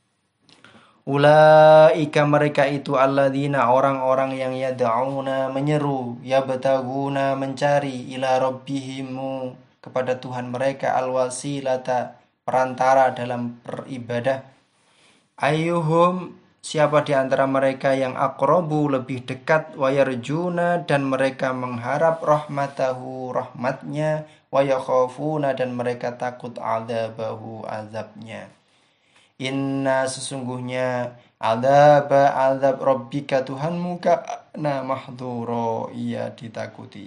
Ulaika mereka itu alladzina orang-orang yang yad'una menyeru, yabtaguna mencari ila rabbihimu kepada Tuhan mereka alwasilata perantara dalam beribadah. Ayyuhum siapa di antara mereka yang aqrabu lebih dekat, wa yarjuna dan mereka mengharap rahmatahu rahmatnya, wa yakhafuna dan mereka takut adzabahu azabnya. Inna sesungguhnya azab rabbika Tuhanmu kana mahdhura ia ditakuti.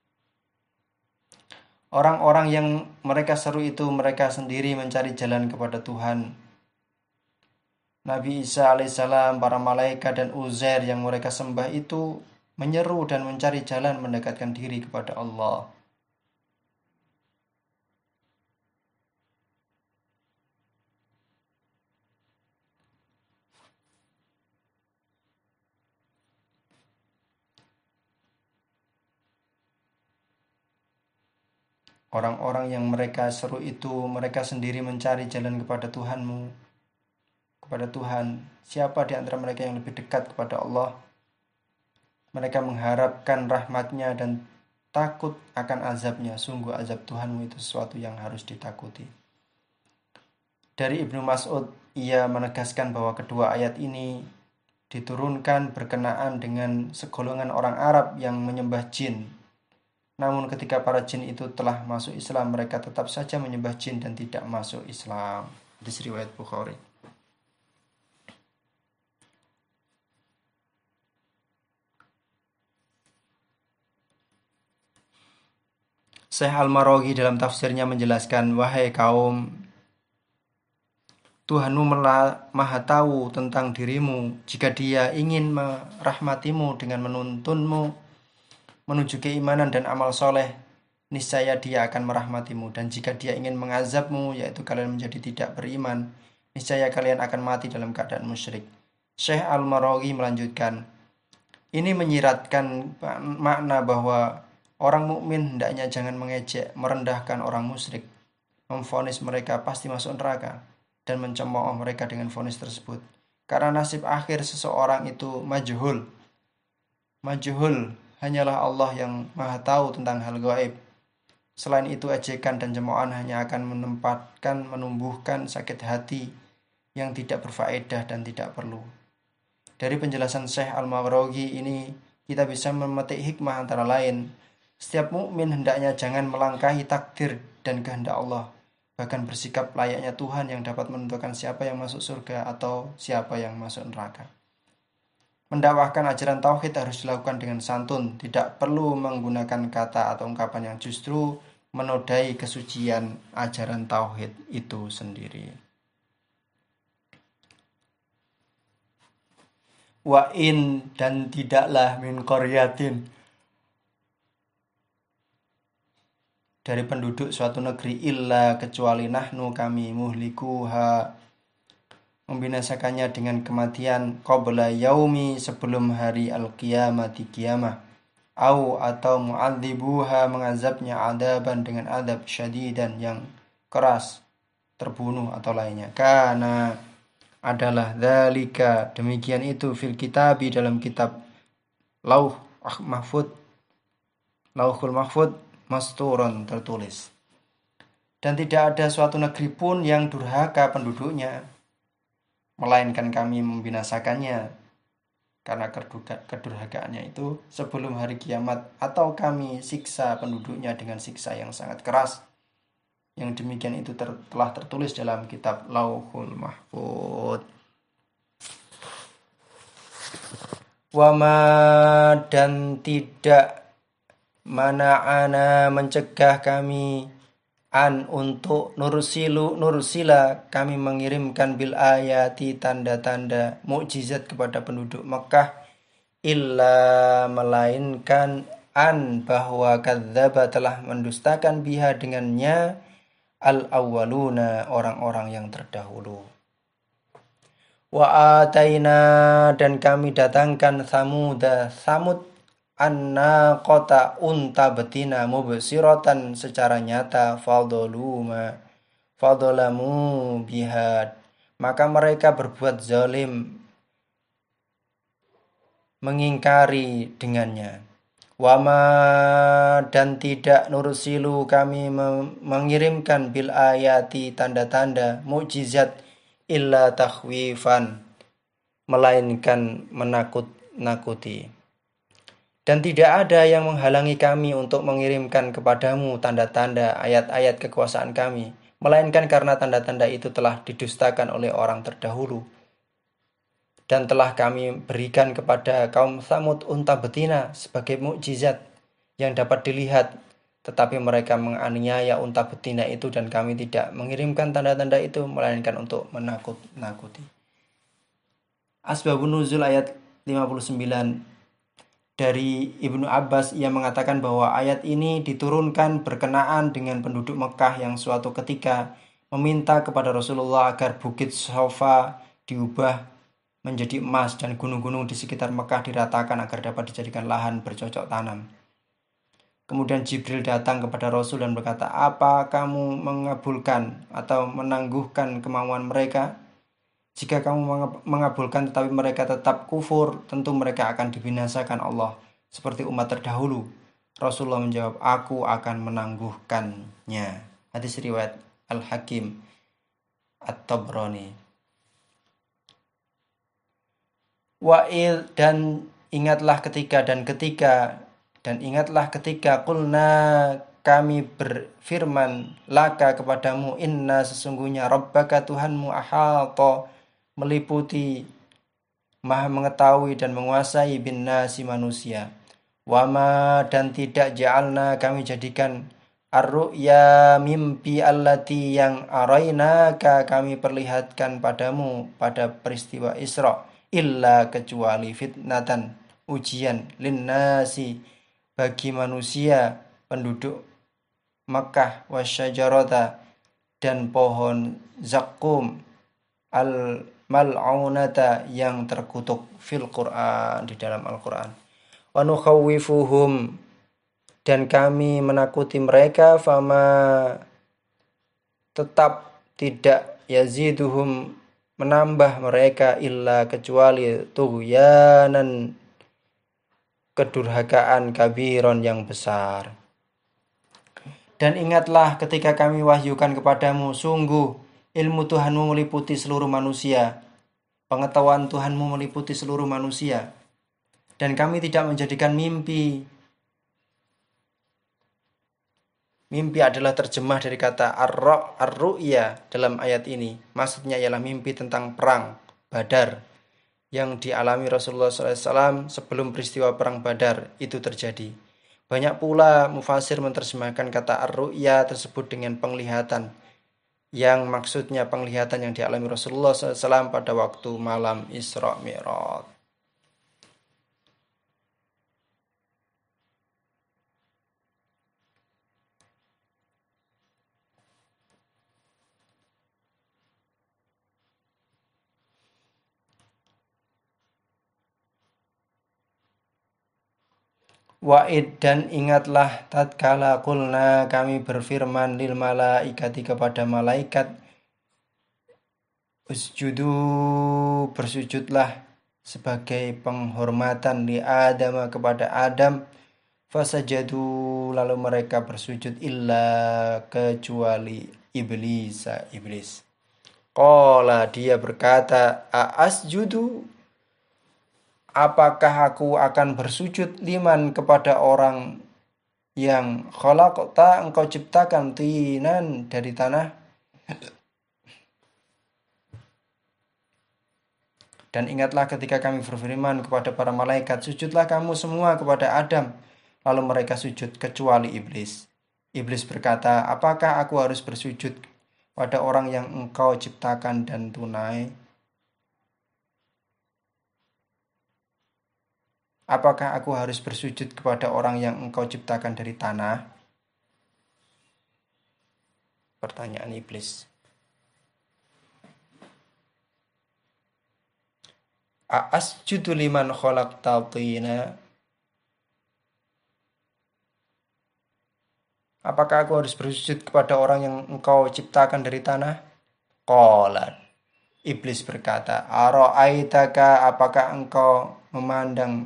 Orang-orang yang mereka seru itu mereka sendiri mencari jalan kepada Tuhan. Nabi Isa alaihissalam, para malaikat dan Uzair yang mereka sembah itu menyeru dan mencari jalan mendekatkan diri kepada Allah. Orang-orang yang mereka seru itu mereka sendiri mencari jalan kepada Tuhanmu, kepada Tuhan. Siapa di antara mereka yang lebih dekat kepada Allah? Mereka mengharapkan rahmatnya dan takut akan azabnya. Sungguh azab Tuhanmu itu sesuatu yang harus ditakuti. Dari Ibnu Mas'ud, ia menegaskan bahwa kedua ayat ini diturunkan berkenaan dengan segolongan orang Arab yang menyembah jin. Namun ketika para jin itu telah masuk Islam, mereka tetap saja menyembah jin dan tidak masuk Islam. Hadis riwayat Bukhari. Syekh Al-Maraghi dalam tafsirnya menjelaskan, wahai kaum, Tuhanmu maha tahu tentang dirimu. Jika dia ingin merahmatimu dengan menuntunmu menuju keimanan dan amal soleh, niscaya dia akan merahmatimu. Dan jika dia ingin mengazabmu, yaitu kalian menjadi tidak beriman, niscaya kalian akan mati dalam keadaan musyrik. Syekh Al-Maraghi melanjutkan, ini menyiratkan makna bahwa orang mukmin hendaknya jangan mengejek, merendahkan orang musyrik, memvonis mereka pasti masuk neraka, dan mencemooh mereka dengan vonis tersebut. Karena nasib akhir seseorang itu majhul. Majhul hanyalah Allah yang maha tahu tentang hal gaib. Selain itu, ejekan dan cemoohan hanya akan menumbuhkan sakit hati yang tidak berfaedah dan tidak perlu. Dari penjelasan Syekh Al-Maraghi ini, kita bisa memetik hikmah antara lain. Setiap mukmin hendaknya jangan melangkahi takdir dan kehendak Allah, bahkan bersikap layaknya Tuhan yang dapat menentukan siapa yang masuk surga atau siapa yang masuk neraka. Mendakwahkan ajaran tauhid harus dilakukan dengan santun, tidak perlu menggunakan kata atau ungkapan yang justru menodai kesucian ajaran tauhid itu sendiri. Wa in dan tidaklah min qaryatin dari penduduk suatu negeri illa kecuali nahnu kami muhlikuha membinasakannya dengan kematian qabla yaumi sebelum hari al-qiyamati kiamah au atau mu'adzibuha mengazabnya adaban dengan adab syadidan yang keras terbunuh atau lainnya karena adalah dzalika demikian itu fil kitabi dalam kitab lauhul mahfud masturun tertulis. Dan tidak ada suatu negeri pun yang durhaka penduduknya, melainkan kami membinasakannya karena kedurhakaannya itu sebelum hari kiamat, atau kami siksa penduduknya dengan siksa yang sangat keras. Yang demikian itu telah tertulis dalam kitab Lauhul Mahfud. Wama dan tidak mana'ana mencegah kami an untuk nursila kami mengirimkan bil ayati tanda-tanda mukjizat kepada penduduk Mekah illa melainkan an bahwa kadzdzaba telah mendustakan biha dengannya al awwaluna orang-orang yang terdahulu. Wa ataina dan kami datangkan Samud anna kota unta betina mubsiratan secara nyata fadolamu bihad maka mereka berbuat zalim mengingkari dengannya. Wama dan tidak nursilu kami mengirimkan bil ayati tanda-tanda mukjizat illa takhwifan melainkan menakut-nakuti. Dan tidak ada yang menghalangi kami untuk mengirimkan kepadamu tanda-tanda ayat-ayat kekuasaan kami, melainkan karena tanda-tanda itu telah didustakan oleh orang terdahulu. Dan telah kami berikan kepada kaum Tsamud unta betina sebagai mukjizat yang dapat dilihat, tetapi mereka menganiaya unta betina itu dan kami tidak mengirimkan tanda-tanda itu, melainkan untuk menakut-nakuti. Asbabun nuzul ayat 59. Dari Ibnu Abbas ia mengatakan bahwa ayat ini diturunkan berkenaan dengan penduduk Mekah yang suatu ketika meminta kepada Rasulullah agar bukit Safa diubah menjadi emas dan gunung-gunung di sekitar Mekah diratakan agar dapat dijadikan lahan bercocok tanam. Kemudian Jibril datang kepada Rasul dan berkata, "Apa kamu mengabulkan atau menangguhkan kemauan mereka? Jika kamu mengabulkan tetapi mereka tetap kufur, tentu mereka akan dibinasakan Allah seperti umat terdahulu." Rasulullah menjawab, "Aku akan menangguhkannya." Hadis riwayat Al-Hakim At-Tabrani. Wa'il dan ingatlah ketika qulna kami berfirman laka kepadamu inna sesungguhnya rabbaka Tuhanmu ahata meliputi maha mengetahui dan menguasai bin nasi manusia. Wama dan tidak ja'alna kami jadikan ar-ru'ya mimpi allati yang arainaka kami perlihatkan padamu pada peristiwa Isra illa kecuali fitnatan ujian linnasi bagi manusia penduduk Makkah wasyajarata dan pohon zakum al-mal'unata yang terkutuk fil Quran di dalam Al-Quran. Wa nukhawwifuhum dan kami menakuti mereka fama tetap tidak yaziduhum menambah mereka illa kecuali tughyanan kedurhakaan kabiron yang besar. Dan ingatlah ketika kami wahyukan kepadamu, sungguh ilmu Tuhanmu meliputi seluruh manusia, pengetahuan Tuhanmu meliputi seluruh manusia, dan kami tidak menjadikan mimpi. Mimpi adalah terjemah dari kata ar-ru'ya dalam ayat ini. Maksudnya ialah mimpi tentang perang Badar yang dialami Rasulullah SAW sebelum peristiwa perang Badar itu terjadi. Banyak pula mufasir menerjemahkan kata ar-ru'ya tersebut dengan penglihatan, yang maksudnya penglihatan yang dialami Rasulullah SAW pada waktu malam Isra Mi'raj. Wa'id dan ingatlah tatkala qulna kami berfirman lil malaikati kepada malaikat, usjudu bersujudlah sebagai penghormatan li Adam kepada Adam. Fasajadu lalu mereka bersujud illa kecuali iblis. Qala dia berkata, asjudu apakah aku akan bersujud liman kepada orang yang khalaqta engkau ciptakan tinan dari tanah. Dan ingatlah ketika kami berfirman kepada para malaikat, sujudlah kamu semua kepada Adam. Lalu mereka sujud kecuali iblis. Iblis berkata, apakah aku harus bersujud pada orang yang engkau ciptakan dan tunai? Apakah aku harus bersujud kepada orang yang engkau ciptakan dari tanah? Pertanyaan iblis. Asjudu liman khalaqta tina. Apakah aku harus bersujud kepada orang yang engkau ciptakan dari tanah? Qala. Iblis berkata, ara'aitaka apakah engkau memandang,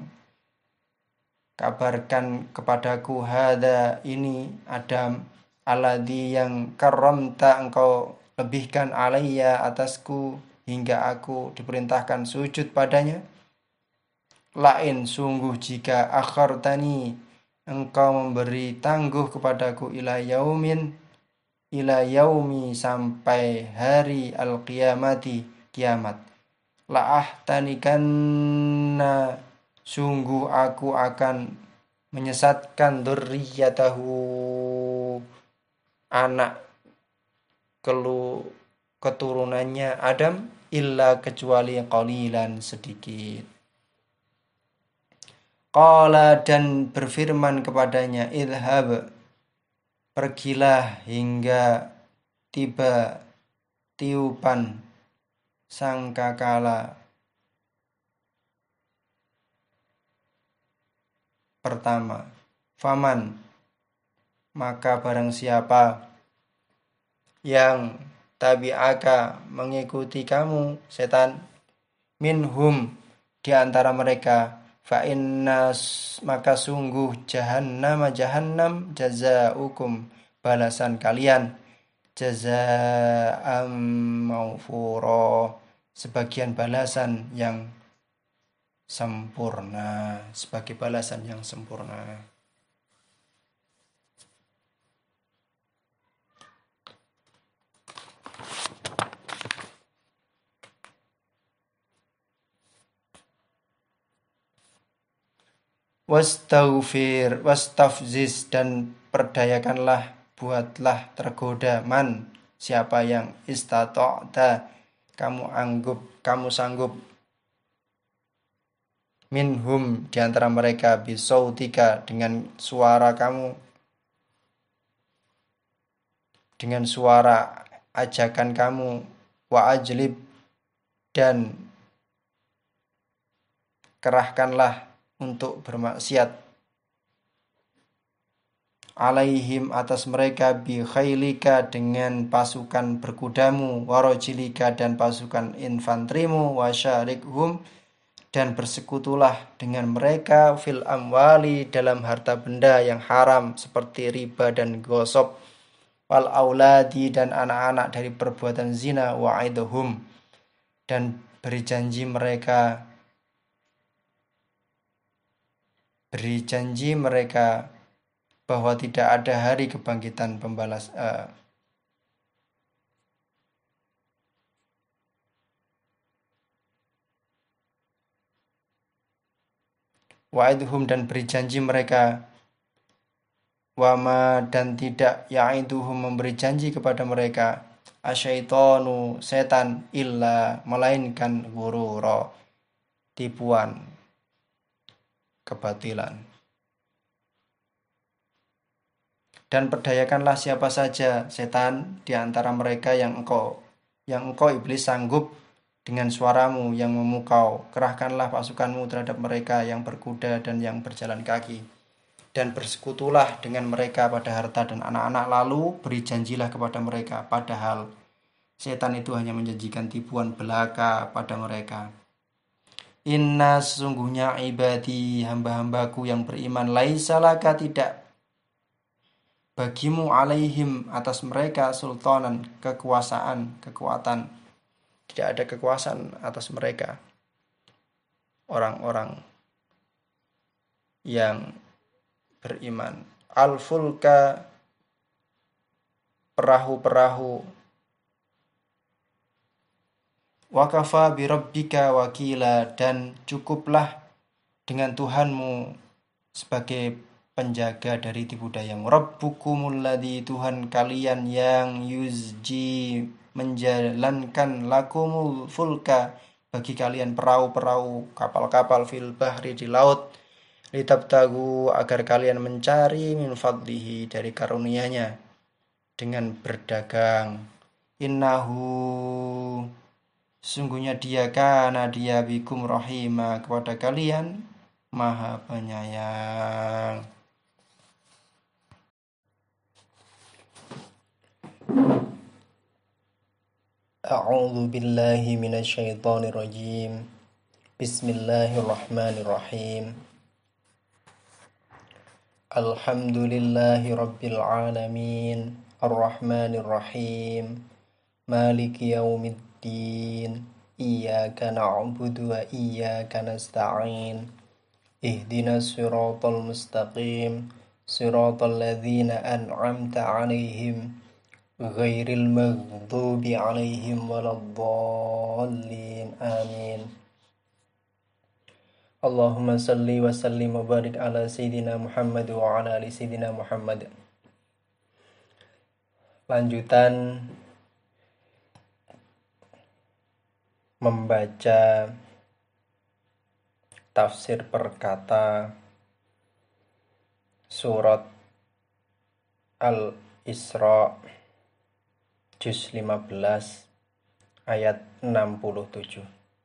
kabarkan kepadaku hada ini Adam alladhi yang karramta engkau lebihkan alayya atasku hingga aku diperintahkan sujud padanya. Lain sungguh jika akhartani engkau memberi tangguh kepadaku ila yaumi sampai hari al-qiyamati kiamat. La'ahtanikanna sungguh aku akan menyesatkan dzurriyyatahu anak keturunannya Adam illa kecuali qalilan sedikit. Qala dan berfirman kepadanya, idhab pergilah hingga tiba tiupan sangkakala pertama. Faman maka barang siapa yang tabi'aka mengikuti kamu setan minhum di antara mereka fa inna maka sungguh jahannam jazaukum balasan kalian jazaa'am maufuro sebagian balasan yang sempurna, sebagai balasan yang sempurna. Wastafziz dan perdayakanlah, buatlah tergoda man siapa yang istata'ta kamu sanggup minhum di antara mereka bisautika dengan suara kamu, dengan suara ajakan kamu, wa ajlib dan kerahkanlah untuk bermaksiat alaihim atas mereka bi khailika dengan pasukan berkudamu, warojilika dan pasukan infanterimu, wasyarikhum dan bersekutulah dengan mereka fil amwali dalam harta benda yang haram seperti riba dan gosop, wal auladi dan anak-anak dari perbuatan zina, wa'idhum dan beri janji mereka bahwa tidak ada hari kebangkitan pembalas wa'idhum dan beri janji mereka wama dan tidak ya'iduhum memberi janji kepada mereka asyaitonu setan illa melainkan ghurura tipuan kebatilan. Dan perdayakanlah siapa saja setan di antara mereka yang engkau iblis sanggup dengan suaramu yang memukau, kerahkanlah pasukanmu terhadap mereka yang berkuda dan yang berjalan kaki. dan bersekutulah dengan mereka pada harta dan anak-anak, lalu beri janjilah kepada mereka, padahal setan itu hanya menjanjikan tipuan belaka pada mereka. Inna sesungguhnya ibadi, hamba-hambaku yang beriman, laisalaka tidak bagimu alaihim atas mereka sultanan, kekuasaan, kekuatan. Tidak ada kekuasaan atas mereka. Orang-orang yang beriman. Al-fulka, perahu-perahu. Wa kafa bi rabbika wakila, dan cukuplah dengan Tuhanmu sebagai penjaga dari tipu dayamu. Rabbukumul ladzi, Tuhan kalian yang yuzji, menjalankan, lakumul fulka, bagi kalian perahu-perahu, kapal-kapal, fil bahri, di laut, litabtagu, agar kalian mencari, min fadlihi, dari karunia-Nya, dengan berdagang. Innahu, sesungguhnya dia, kana, dia, bikum rahima, kepada kalian maha penyayang. A'udzu billahi minasyaitonir rajim. Bismillahirrahmanirrahim. Alhamdulillahi rabbil alamin, arrahmanir rahim, maliki yaumiddin, iyyaka na'budu wa iyyaka nasta'in, ihdinas siratal mustaqim, siratal ladzina an'amta 'alaihim ghairil maghdubi 'alaihim waladdallin, amin. Allahumma salli wa sallim wa barik ala sayyidina Muhammad wa ala ali sayyidina Muhammad. Lanjutan membaca tafsir perkata surat Al-Isra juz 15 ayat 67.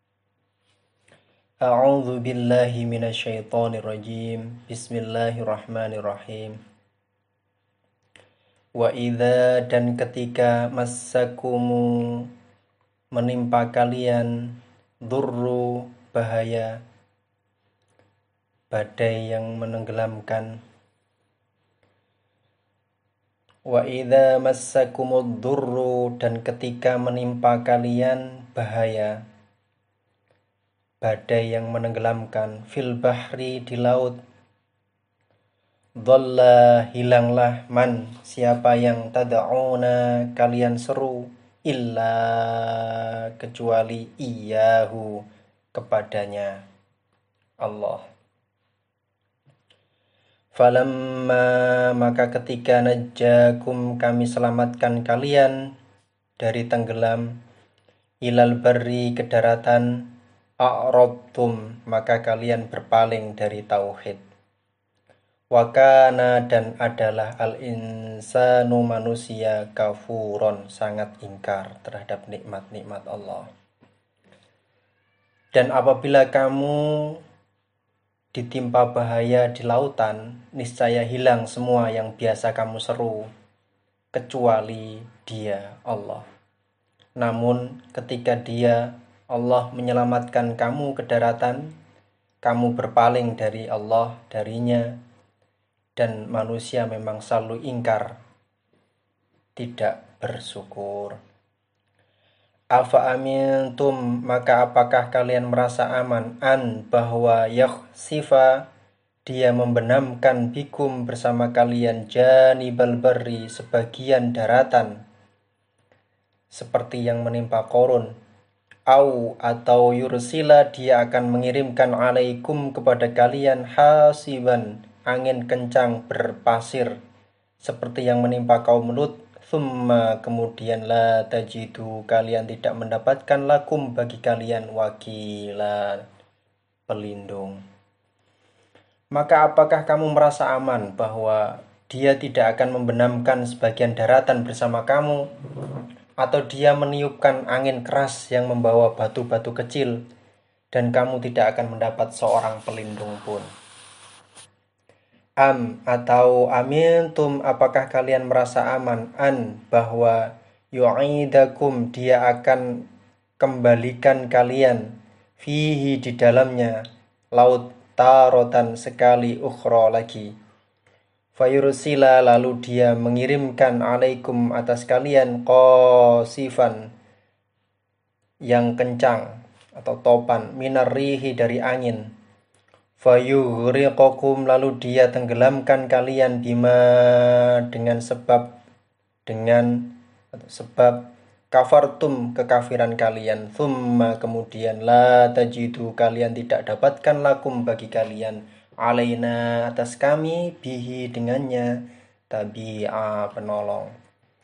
A'udzu billahi minasyaitonir rajim. Bismillahirrahmanirrahim. Wa idza, dan ketika, massakumu, menimpa kalian, durru, bahaya, badai yang menenggelamkan. Wa idza massakumud durru, dan ketika menimpa kalian bahaya, badai yang menenggelamkan, fil bahri, di laut, dhalla, hilanglah, man, siapa yang tad'una, kalian seru, illa, kecuali, iyahu, kepadanya, Allah. Falamma, maka ketika, najjakum, kami selamatkan kalian dari tenggelam, ilal barri, ke daratan, a'radtum, maka kalian berpaling dari tauhid. Wa kana, dan adalah, al-insanu, manusia, kafuron, sangat ingkar terhadap nikmat-nikmat Allah. Dan apabila kamu ditimpa bahaya di lautan, niscaya hilang semua yang biasa kamu seru, kecuali Dia, Allah. Namun ketika Dia, Allah, menyelamatkan kamu ke daratan, kamu berpaling dari Allah, darinya, dan manusia memang selalu ingkar, tidak bersyukur. Afa amintum, maka apakah kalian merasa aman, an, bahwa yakhsifa, dia membenamkan, bikum, bersama kalian, janibal barri, sebagian daratan, seperti yang menimpa Qarun, au, atau yursila, dia akan mengirimkan, alaikum, kepada kalian, hasiban, angin kencang berpasir, seperti yang menimpa kaum Lut. Thumma, kemudian, la tajidu, kalian tidak mendapatkan, lakum, bagi kalian, wakila, pelindung. Maka apakah kamu merasa aman bahwa Dia tidak akan membenamkan sebagian daratan bersama kamu, atau Dia meniupkan angin keras yang membawa batu-batu kecil, dan kamu tidak akan mendapat seorang pelindung pun. atau amintum, apakah kalian merasa aman bahwa yu'idakum, dia akan kembalikan kalian fihi, di dalamnya, laut tarotan, sekali, ukhra, lagi. Fayursila, lalu dia mengirimkan, alaikum, atas kalian, qasifan, yang kencang atau topan, minarrihi, dari angin. Fayughriqakum, lalu dia tenggelamkan kalian, bima, dengan sebab kafartum, kekafiran kalian, thumma, kemudian, la tajidu, kalian tidak dapatkan, lakum, bagi kalian, alaina, atas kami, bihi, dengannya, tabi'a, penolong.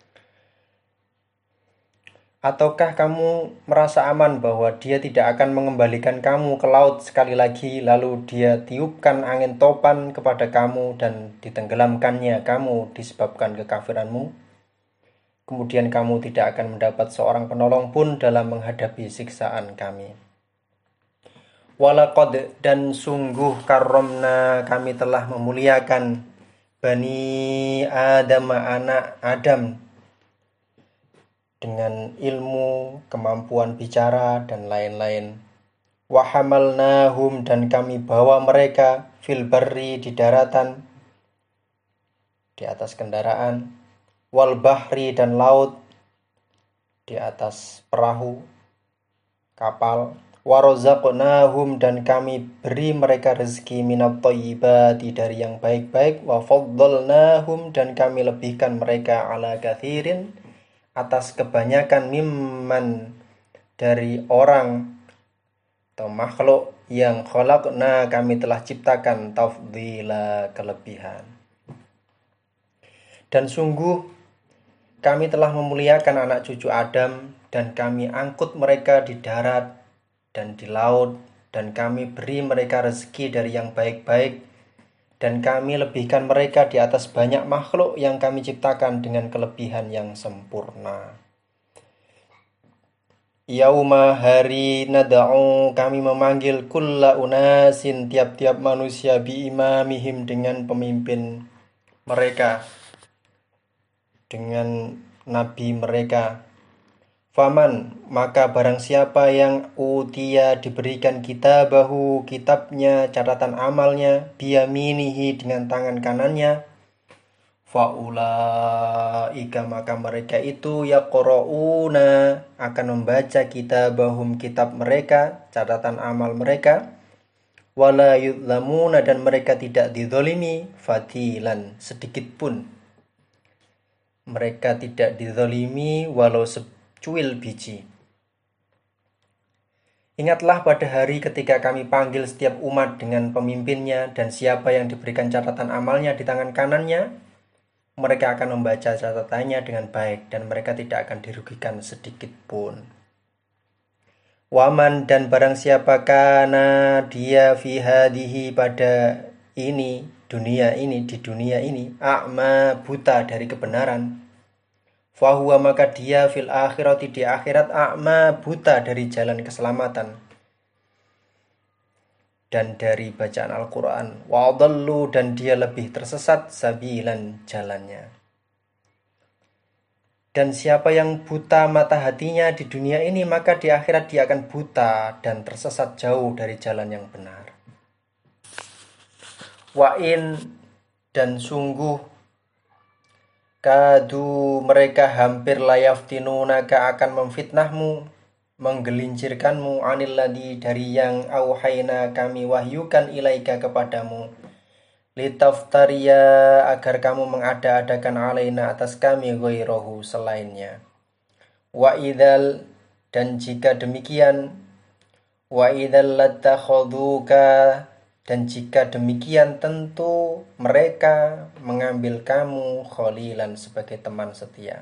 Ataukah kamu merasa aman bahwa dia tidak akan mengembalikan kamu ke laut sekali lagi, lalu dia tiupkan angin topan kepada kamu dan ditenggelamkannya kamu disebabkan kekafiranmu? Kemudian kamu tidak akan mendapat seorang penolong pun dalam menghadapi siksaan kami. Walaqad, dan sungguh, karomna, kami telah memuliakan, Bani Adam, anak Adam, dengan ilmu, kemampuan bicara, dan lain-lain. Wahamalnahum, dan kami bawa mereka, fil barri, di daratan, di atas kendaraan, wal bahri, dan laut, di atas perahu, kapal, warozaqnahum, dan kami beri mereka rezeki, minat thayyibati, dari yang baik-baik, wa faddalnahum, dan kami lebihkan mereka, ala kathirin, atas kebanyakan, mimman, dari orang atau makhluk, yang khalaqna, kami telah ciptakan, tafdila, kelebihan. Dan sungguh kami telah memuliakan anak cucu Adam, dan kami angkut mereka di darat dan di laut, dan kami beri mereka rezeki dari yang baik-baik, dan kami lebihkan mereka di atas banyak makhluk yang kami ciptakan dengan kelebihan yang sempurna. Yauma, hari, nada'u, kami memanggil, kulla unasin, tiap-tiap manusia, biimamihim, dengan pemimpin mereka, dengan nabi mereka. Faman, maka barang siapa yang utia, diberikan kitabahu, kitabnya, catatan amalnya, biyaminihi, dengan tangan kanannya, faulaika, maka mereka itu, yaqra'una, akan membaca kitabahum, kitab mereka, catatan amal mereka, wala yudlamuna, dan mereka tidak dizalimi, fadilan, sedikit pun. Mereka tidak dizalimi walau cuil biji. Ingatlah pada hari ketika kami panggil setiap umat dengan pemimpinnya, dan siapa yang diberikan catatan amalnya di tangan kanannya, mereka akan membaca catatannya dengan baik, dan mereka tidak akan dirugikan sedikit pun. Waman, dan barang siapa kana dia fi hadihi, pada ini, di dunia ini, a'ma, buta dari kebenaran, fahuwa, maka dia fil akhirati, di akhirat, a'ma, buta dari jalan keselamatan dan dari bacaan Al-Quran, wa adallu, dan dia lebih tersesat, sabilan, jalannya. Dan siapa yang buta mata hatinya di dunia ini, maka di akhirat dia akan buta dan tersesat jauh dari jalan yang benar. Wa'in, dan sungguh, kadu, mereka hampir, layaftinunaka, akan memfitnahmu, menggelincirkanmu, anilladzi, dari yang auhayna, kami wahyukan, ilaika, kepadamu, litaftaria, agar kamu mengada-adakan, alaina, atas kami, ghairahu, selainnya. Wa idzal, dan jika demikian, wa idzal latakhuduka, dan jika demikian, tentu mereka mengambil kamu, khalilan, sebagai teman setia.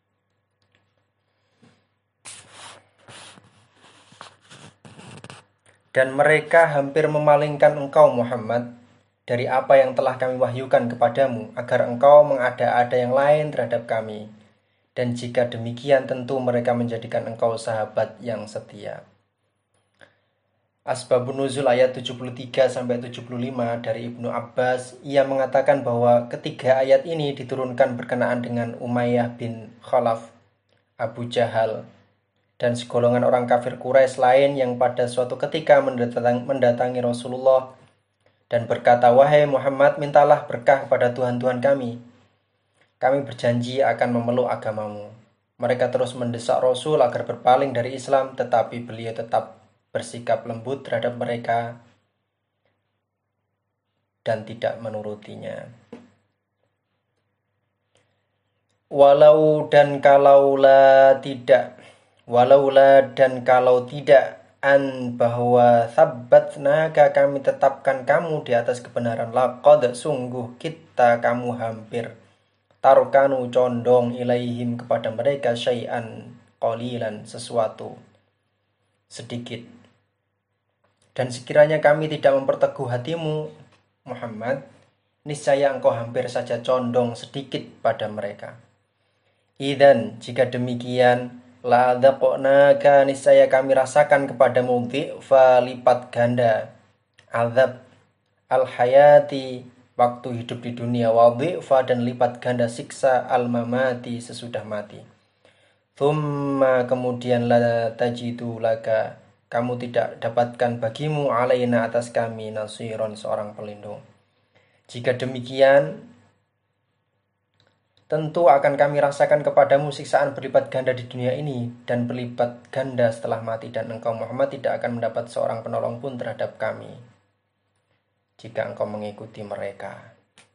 Dan mereka hampir memalingkan engkau, Muhammad, dari apa yang telah kami wahyukan kepadamu, agar engkau mengada-ada yang lain terhadap kami. Dan jika demikian, tentu mereka menjadikan engkau sahabat yang setia. Asbabun Nuzul ayat 73-75 dari Ibnu Abbas, ia mengatakan bahwa ketiga ayat ini diturunkan berkenaan dengan Umayyah bin Khalaf, Abu Jahal, dan segolongan orang kafir Quraisy lain yang pada suatu ketika mendatangi Rasulullah dan berkata, "Wahai Muhammad, mintalah berkah kepada Tuhan-Tuhan kami. Kami berjanji akan memeluk agamamu." Mereka terus mendesak Rasul agar berpaling dari Islam, tetapi beliau tetap bersikap lembut terhadap mereka dan tidak menurutinya. Walau dan kalau tidak an bahwa sabbatnaka kami tetapkan kamu di atas kebenaran, laqad sungguh kita kamu hampir tarkanu condong ilaihim kepada mereka syai'an qalilan sesuatu sedikit. Dan sekiranya kami tidak memperteguh hatimu, Muhammad, niscaya engkau hampir saja condong sedikit pada mereka. Idzan, jika demikian, la dzaqnaka, niscaya kami rasakan kepadamu dhi'fa lipat ganda azab al-hayati waktu hidup di dunia, wa dhi'fa dan lipat ganda siksa al-mamati sesudah mati. Thumma kemudian la tajidu laka, kamu tidak dapatkan bagimu alaina atas kami nasiron seorang pelindung. Jika demikian, tentu akan kami rasakan kepadamu siksaan berlipat ganda di dunia ini dan berlipat ganda setelah mati, dan engkau Muhammad tidak akan mendapat seorang penolong pun terhadap kami jika engkau mengikuti mereka.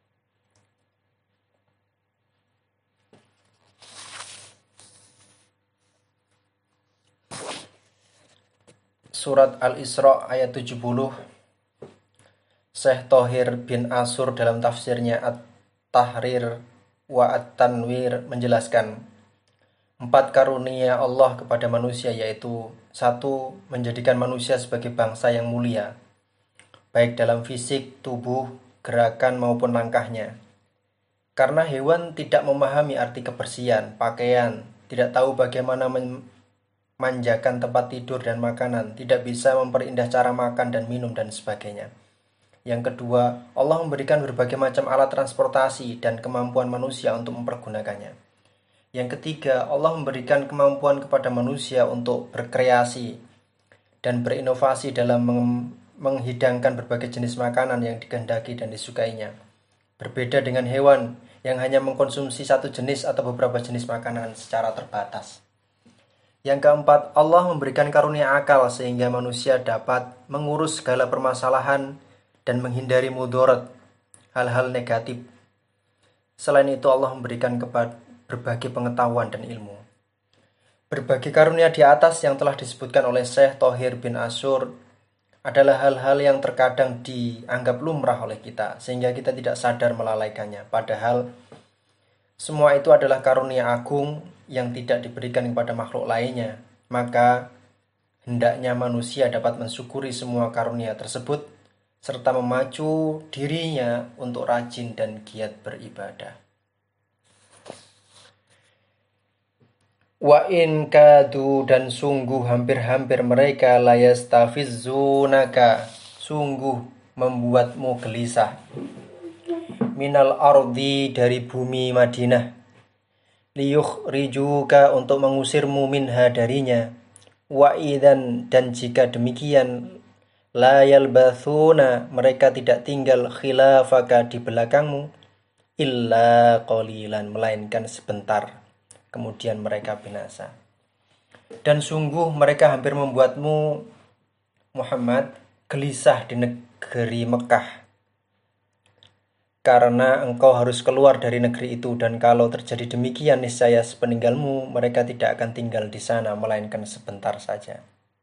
Surat Al-Isra ayat 70. Syekh Thohir bin Ashur dalam tafsirnya At-Tahrir wa At-Tanwir menjelaskan 4 karunia Allah kepada manusia, yaitu 1. Menjadikan manusia sebagai bangsa yang mulia, baik dalam fisik, tubuh, gerakan maupun langkahnya. Karena hewan tidak memahami arti kebersihan, pakaian, tidak tahu bagaimana manjakan tempat tidur dan makanan, tidak bisa memperindah cara makan dan minum dan sebagainya. Yang kedua, Allah memberikan berbagai macam alat transportasi dan kemampuan manusia untuk mempergunakannya. Yang ketiga, Allah memberikan kemampuan kepada manusia untuk berkreasi dan berinovasi dalam menghidangkan berbagai jenis makanan yang dikehendaki dan disukainya. Berbeda dengan hewan yang hanya mengkonsumsi satu jenis atau beberapa jenis makanan secara terbatas. Yang keempat, Allah memberikan karunia akal sehingga manusia dapat mengurus segala permasalahan dan menghindari mudarat, hal-hal negatif. Selain itu, Allah memberikan berbagai pengetahuan dan ilmu. Berbagai karunia di atas yang telah disebutkan oleh Syekh Thohir bin Ashur adalah hal-hal yang terkadang dianggap lumrah oleh kita, sehingga kita tidak sadar melalaikannya. Padahal semua itu adalah karunia agung yang tidak diberikan kepada makhluk lainnya. Maka hendaknya manusia dapat mensyukuri semua karunia tersebut serta memacu dirinya untuk rajin dan giat beribadah. Wa in kadu, dan sungguh hampir-hampir mereka layastafizzunaka, sungguh membuatmu gelisah, minal ardi, dari bumi Madinah, liyukhrijuka, untuk mengusirmu minha, darinya, wa idzan, dan jika demikian, la yalbathuna, mereka tidak tinggal khilafaka, di belakangmu, illa qalilan, melainkan sebentar, kemudian mereka binasa. Dan sungguh mereka hampir membuatmu Muhammad gelisah di negeri Mekah, karena engkau harus keluar dari negeri itu, dan kalau terjadi demikian, niscaya sepeninggalmu mereka tidak akan tinggal di sana melainkan sebentar saja.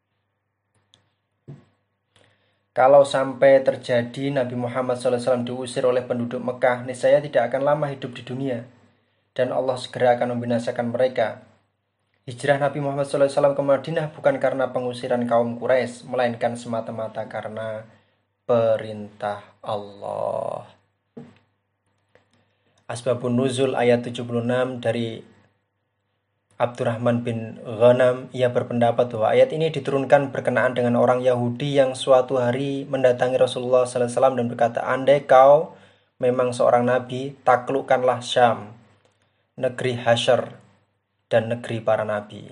Kalau sampai terjadi Nabi Muhammad SAW diusir oleh penduduk Mekah, niscaya tidak akan lama hidup di dunia, dan Allah segera akan membinasakan mereka. Hijrah Nabi Muhammad SAW ke Madinah bukan karena pengusiran kaum Quraisy, melainkan semata-mata karena perintah Allah. Asbabun Nuzul ayat 76 dari Abdurrahman bin Ghanam, ia berpendapat bahwa ayat ini diturunkan berkenaan dengan orang Yahudi yang suatu hari mendatangi Rasulullah SAW dan berkata, andai kau memang seorang nabi, taklukkanlah Syam, negeri Hasyr dan negeri para nabi.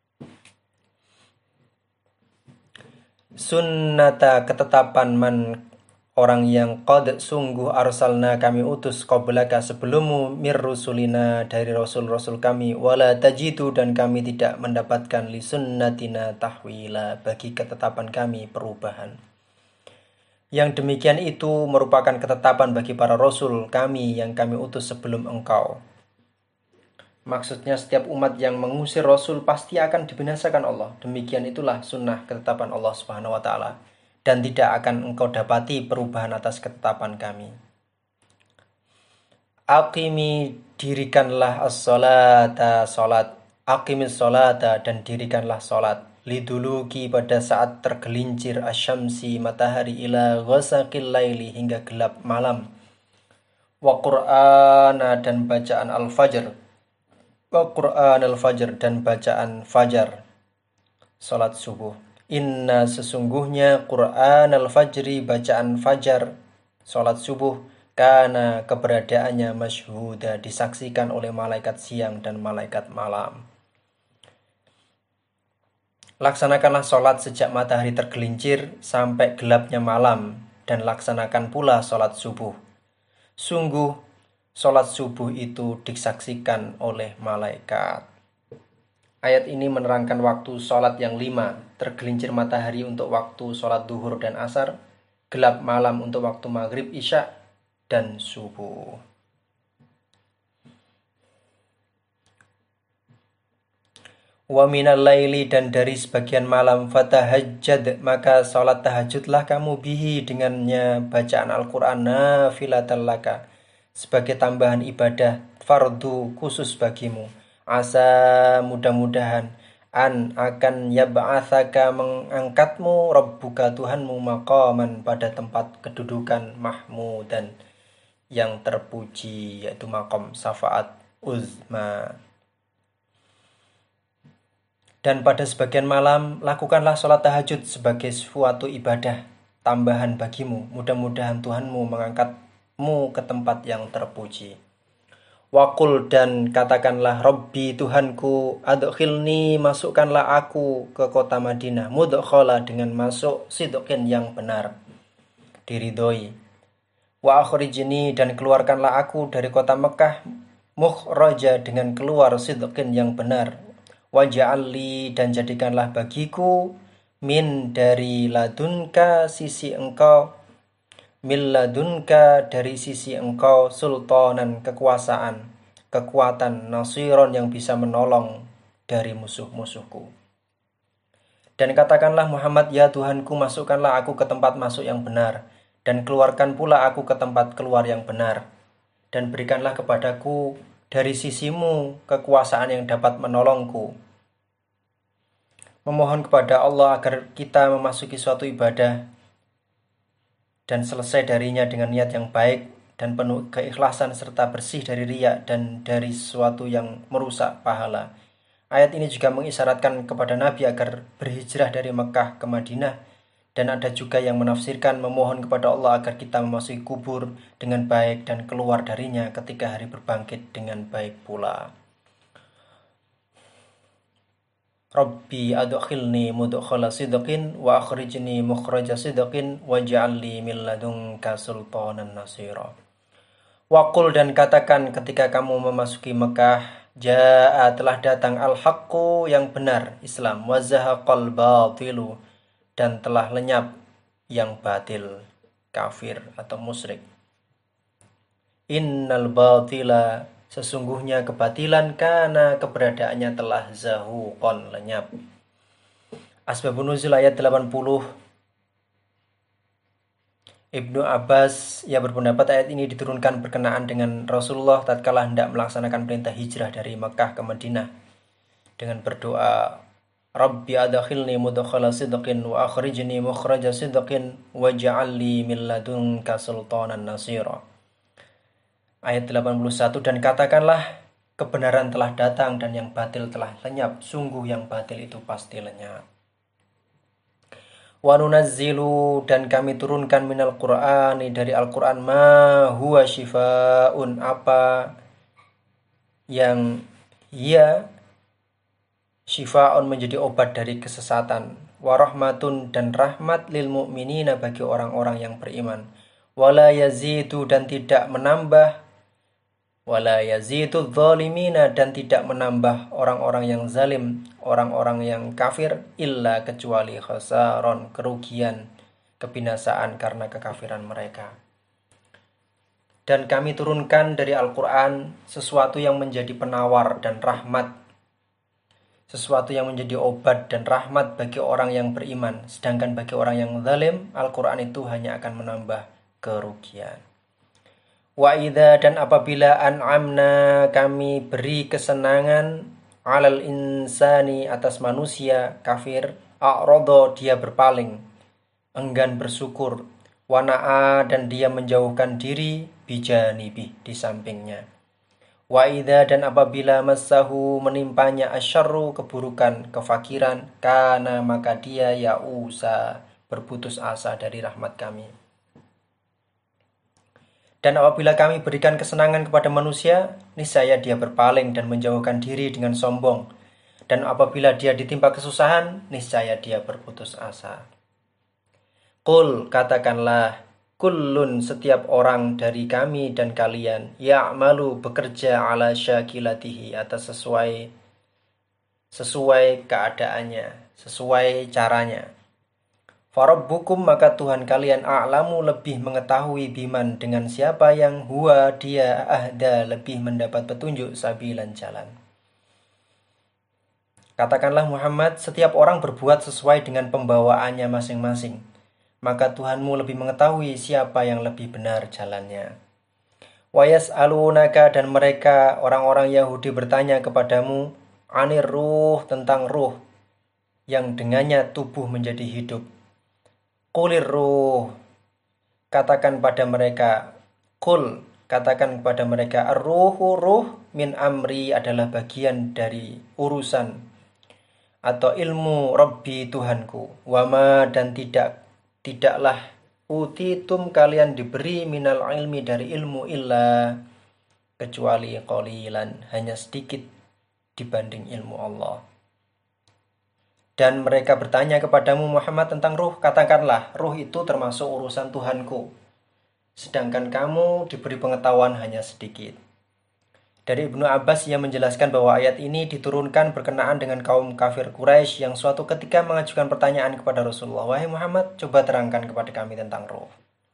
Sunnata, ketetapan man, orang yang qad sungguh arsalna kami utus qablaka sebelummu mir rusulina dari rasul-rasul kami, wala tajidu dan kami tidak mendapatkan li sunnatina tahwila bagi ketetapan kami perubahan. Yang demikian itu merupakan ketetapan bagi para rasul kami yang kami utus sebelum engkau. Maksudnya setiap umat yang mengusir rasul pasti akan dibinasakan Allah. Demikian itulah sunnah ketetapan Allah Subhanahu wa taala. Dan tidak akan engkau dapati perubahan atas ketetapan kami. Aqimi, dirikanlah as-salata, salat. Aqimis salata, dan dirikanlah salat. Liduluki, pada saat tergelincir asyamsi, matahari, ila ghasaqil laili, hingga gelap malam. Wa qur'ana, dan bacaan al-fajr. Wa qur'an al-fajr, dan bacaan fajar, salat subuh. Inna, sesungguhnya, Qur'an al-fajri, bacaan fajar, salat subuh, kana, keberadaannya masyhuda, disaksikan oleh malaikat siang dan malaikat malam. Laksanakanlah salat sejak matahari tergelincir sampai gelapnya malam, dan laksanakan pula salat subuh. Sungguh salat subuh itu disaksikan oleh malaikat. Ayat ini menerangkan waktu salat yang 5, tergelincir matahari untuk waktu salat duhur dan asar, gelap malam untuk waktu maghrib, isya, dan subuh. Wa minal laili, dan dari sebagian malam, fatahajjad, maka salat tahajudlah kamu bihi, dengannya bacaan Al-Quran, nafilatan laka, sebagai tambahan ibadah fardu khusus bagimu. Asa, mudah-mudahan, an, akan yab'atsaka, mengangkatmu, rabbuka, Tuhanmu, maqaman, pada tempat kedudukan, mahmudan, yang terpuji, yaitu maqam syafaat uzma. Dan pada sebagian malam lakukanlah sholat tahajud sebagai suatu ibadah tambahan bagimu. Mudah-mudahan Tuhanmu mengangkatmu ke tempat yang terpuji. Waqul, dan katakanlah, Rabbi, Tuhanku, adkhilni, masukkanlah aku ke kota Madinah, mudkhala, dengan masuk sidqin, yang benar, diridhoi. Wa akhrijni, dan keluarkanlah aku dari kota Mekah, mukhraja, dengan keluar sidqin, yang benar. Waj'alli, dan jadikanlah bagiku, min, dari ladunka, sisi engkau, min ladunka, dari sisi engkau, sultanan, kekuasaan, kekuatan, nasiron, yang bisa menolong dari musuh-musuhku. Dan katakanlah, Muhammad, ya Tuhanku, masukkanlah aku ke tempat masuk yang benar, dan keluarkan pula aku ke tempat keluar yang benar, dan berikanlah kepadaku dari sisimu kekuasaan yang dapat menolongku. Memohon kepada Allah agar kita memasuki suatu ibadah dan selesai darinya dengan niat yang baik dan penuh keikhlasan serta bersih dari riya dan dari sesuatu yang merusak pahala. Ayat ini juga mengisyaratkan kepada Nabi agar berhijrah dari Mekah ke Madinah, dan ada juga yang menafsirkan memohon kepada Allah agar kita memasuki kubur dengan baik dan keluar darinya ketika hari berbangkit dengan baik pula. Rabbi adkhilni mudkhala sidqin wa akhrijni mukhraja sidqin waj'alni min ladunka sultanan nasira. Waqul, dan katakan ketika kamu memasuki Mekah, jaa, telah datang al-haqqu, yang benar, Islam, wa zahaqal batilu, dan telah lenyap yang batil, kafir atau musyrik. Innal batila, sesungguhnya kebatilan, kana, keberadaannya telah zahuqon, lenyap. Asbabun nuzul ayat 80. Ibnu Abbas, ia berpendapat ayat ini diturunkan berkenaan dengan Rasulullah tatkala hendak melaksanakan perintah hijrah dari Mekah ke Madinah dengan berdoa, Rabbi adkhilni mudkhala sidqin wa akhrijni mukhraja sidqin waj'alni min ladunka sultanan nasira. Ayat 81, dan katakanlah kebenaran telah datang dan yang batil telah lenyap. Sungguh yang batil itu pasti lenyap. Wa nunazzilu, dan kami turunkan minal Qur'ani, dari Al-Qur'an, ma huwa syifaun, apa yang syifaun menjadi obat dari kesesatan, wa rahmatun, dan rahmat, lil mu'minina, bagi orang-orang yang beriman, wala yazidu, dan tidak menambah, wala yazidu zalimina, dan tidak menambah orang-orang yang zalim, orang-orang yang kafir, illa, kecuali khasaron, kerugian, kebinasaan karena kekafiran mereka. Dan kami turunkan dari Al-Quran sesuatu yang menjadi penawar dan rahmat, sesuatu yang menjadi obat dan rahmat bagi orang yang beriman. Sedangkan bagi orang yang zalim, Al-Quran itu hanya akan menambah kerugian. Wa idza, dan apabila an'amna, kami beri kesenangan, alal insani, atas manusia kafir, a'rada, dia berpaling, enggan bersyukur, wana'a, dan dia menjauhkan diri, bijanibi, di sampingnya. Wa idza, dan apabila massahu, menimpanya, asyarru, keburukan, kefakiran, kana, maka dia ya'usa, berputus asa dari rahmat kami. Dan apabila kami berikan kesenangan kepada manusia, niscaya dia berpaling dan menjauhkan diri dengan sombong. Dan apabila dia ditimpa kesusahan, niscaya dia berputus asa. Qul, katakanlah, kullun, setiap orang dari kami dan kalian, ya'malu, bekerja, ala syakilatihi, atas sesuai keadaannya, sesuai caranya. Farabbukum, maka Tuhan kalian, a'lamu, lebih mengetahui, biman, dengan siapa yang huwa, dia, ahda, lebih mendapat petunjuk, sabilan, jalan. Katakanlah Muhammad, setiap orang berbuat sesuai dengan pembawaannya masing-masing. Maka Tuhanmu lebih mengetahui siapa yang lebih benar jalannya. Wa yas'alunaka, dan mereka, orang-orang Yahudi, bertanya kepadamu, anir ruh, tentang ruh, yang dengannya tubuh menjadi hidup. Qulir ruh, katakan pada mereka, qul, katakan kepada mereka, ar-ruhu, ruh, min amri, adalah bagian dari urusan atau ilmu Rabbi, Tuhanku. Wama, dan tidaklah utitum, kalian diberi, minal ilmi, dari ilmu, illa, kecuali qalilan, hanya sedikit dibanding ilmu Allah. Dan mereka bertanya kepadamu Muhammad tentang ruh, katakanlah, ruh itu termasuk urusan Tuhanku, sedangkan kamu diberi pengetahuan hanya sedikit. Dari Ibnu Abbas, ia menjelaskan bahwa ayat ini diturunkan berkenaan dengan kaum kafir Quraisy yang suatu ketika mengajukan pertanyaan kepada Rasulullah, wahai Muhammad, coba terangkan kepada kami tentang ruh.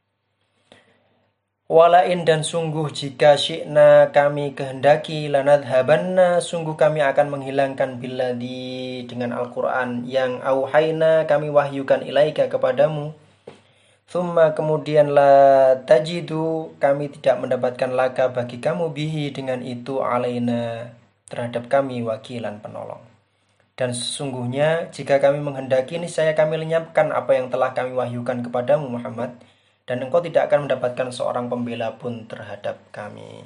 Walain, dan sungguh jika syi'na, kami kehendaki, lanadhabanna, sungguh kami akan menghilangkan, billadhi, dengan Al-Quran, yang auhayna, kami wahyukan, ilaika, kepadamu. Thumma, kemudian, la tajidu, kami tidak mendapatkan laka, bagi kamu, bihi, dengan itu, alaina, terhadap kami, wakilan, penolong. Dan sesungguhnya jika kami menghendaki, niscaya kami lenyapkan apa yang telah kami wahyukan kepadamu Muhammad, dan engkau tidak akan mendapatkan seorang pembela pun terhadap kami.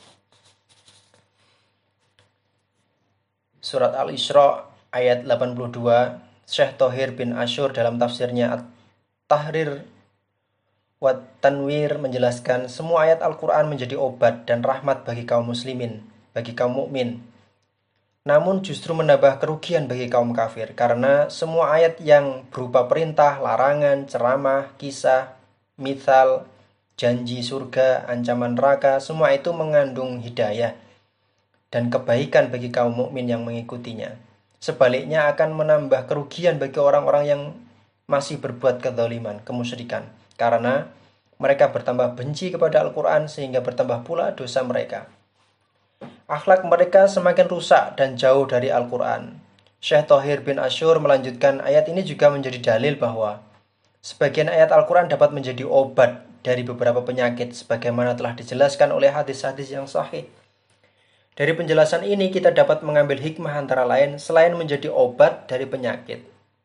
Surat Al-Isra ayat 82. Syekh Thohir bin Ashur dalam tafsirnya At-Tahrir wa Tanwir menjelaskan, semua ayat Al-Quran menjadi obat dan rahmat bagi kaum muslimin, bagi kaum mukmin. Namun justru menambah kerugian bagi kaum kafir, karena semua ayat yang berupa perintah, larangan, ceramah, kisah, mithal, janji surga, ancaman neraka, semua itu mengandung hidayah dan kebaikan bagi kaum mukmin yang mengikutinya. Sebaliknya akan menambah kerugian bagi orang-orang yang masih berbuat kezaliman, kemusyrikan, karena mereka bertambah benci kepada Al-Quran sehingga bertambah pula dosa mereka. Akhlak mereka semakin rusak dan jauh dari Al-Quran. Syekh Thohir bin Ashur melanjutkan, ayat ini juga menjadi dalil bahwa sebagian ayat Al-Quran dapat menjadi obat dari beberapa penyakit, sebagaimana telah dijelaskan oleh hadis-hadis yang sahih. Dari penjelasan ini kita dapat mengambil hikmah antara lain, selain menjadi obat dari penyakit,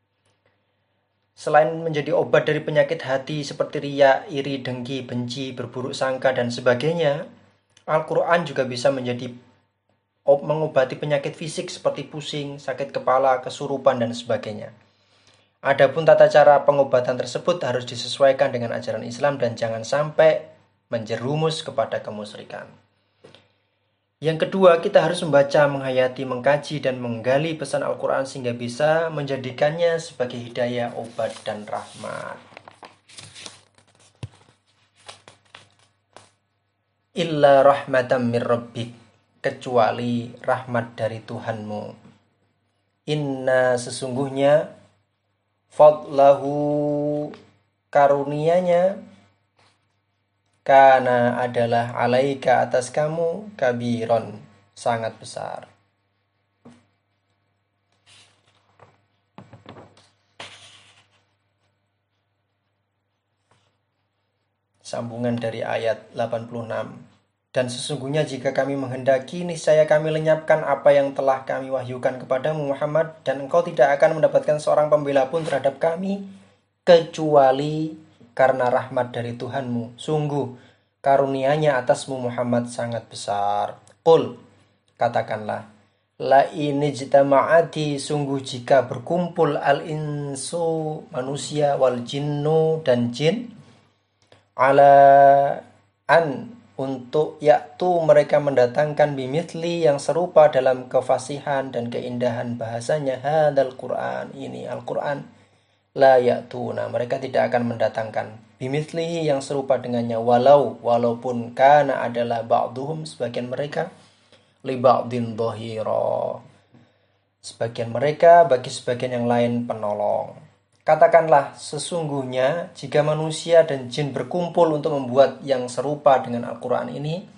hati seperti riya, iri, dengki, benci, berburuk sangka, dan sebagainya, Al-Quran juga bisa menjadi mengobati penyakit fisik seperti pusing, sakit kepala, kesurupan, dan sebagainya. Adapun tata cara pengobatan tersebut harus disesuaikan dengan ajaran Islam dan jangan sampai menjerumus kepada kemusyrikan. Yang kedua, kita harus membaca, menghayati, mengkaji, dan menggali pesan Al-Quran sehingga bisa menjadikannya sebagai hidayah, obat, dan rahmat. Illa rahmatan mir rabbik, kecuali rahmat dari Tuhanmu. Inna sesungguhnya fadlahu karunianya kana adalah alaika atas kamu kabiron sangat besar. Sambungan dari ayat 86. Dan sesungguhnya jika kami menghendaki, niscaya kami lenyapkan apa yang telah kami wahyukan kepadamu Muhammad, dan engkau tidak akan mendapatkan seorang pembela pun terhadap kami, kecuali karena rahmat dari Tuhanmu. Sungguh, karunia-Nya atasmu Muhammad sangat besar. Qul, katakanlah, la inijtama'ati, sungguh jika berkumpul al-insu, manusia, wal jinnu, dan jin, ala an, untuk yaktu mereka mendatangkan bimithli yang serupa dalam kefasihan dan keindahan bahasanya hadal Quran, ini Al-Quran, la yaktuna, mereka tidak akan mendatangkan bimithlihi yang serupa dengannya, walaupun kana adalah ba'duhum, sebagian mereka, li ba'din dhahira, sebagian mereka bagi sebagian yang lain penolong. Katakanlah, sesungguhnya jika manusia dan jin berkumpul untuk membuat yang serupa dengan Al-Quran ini,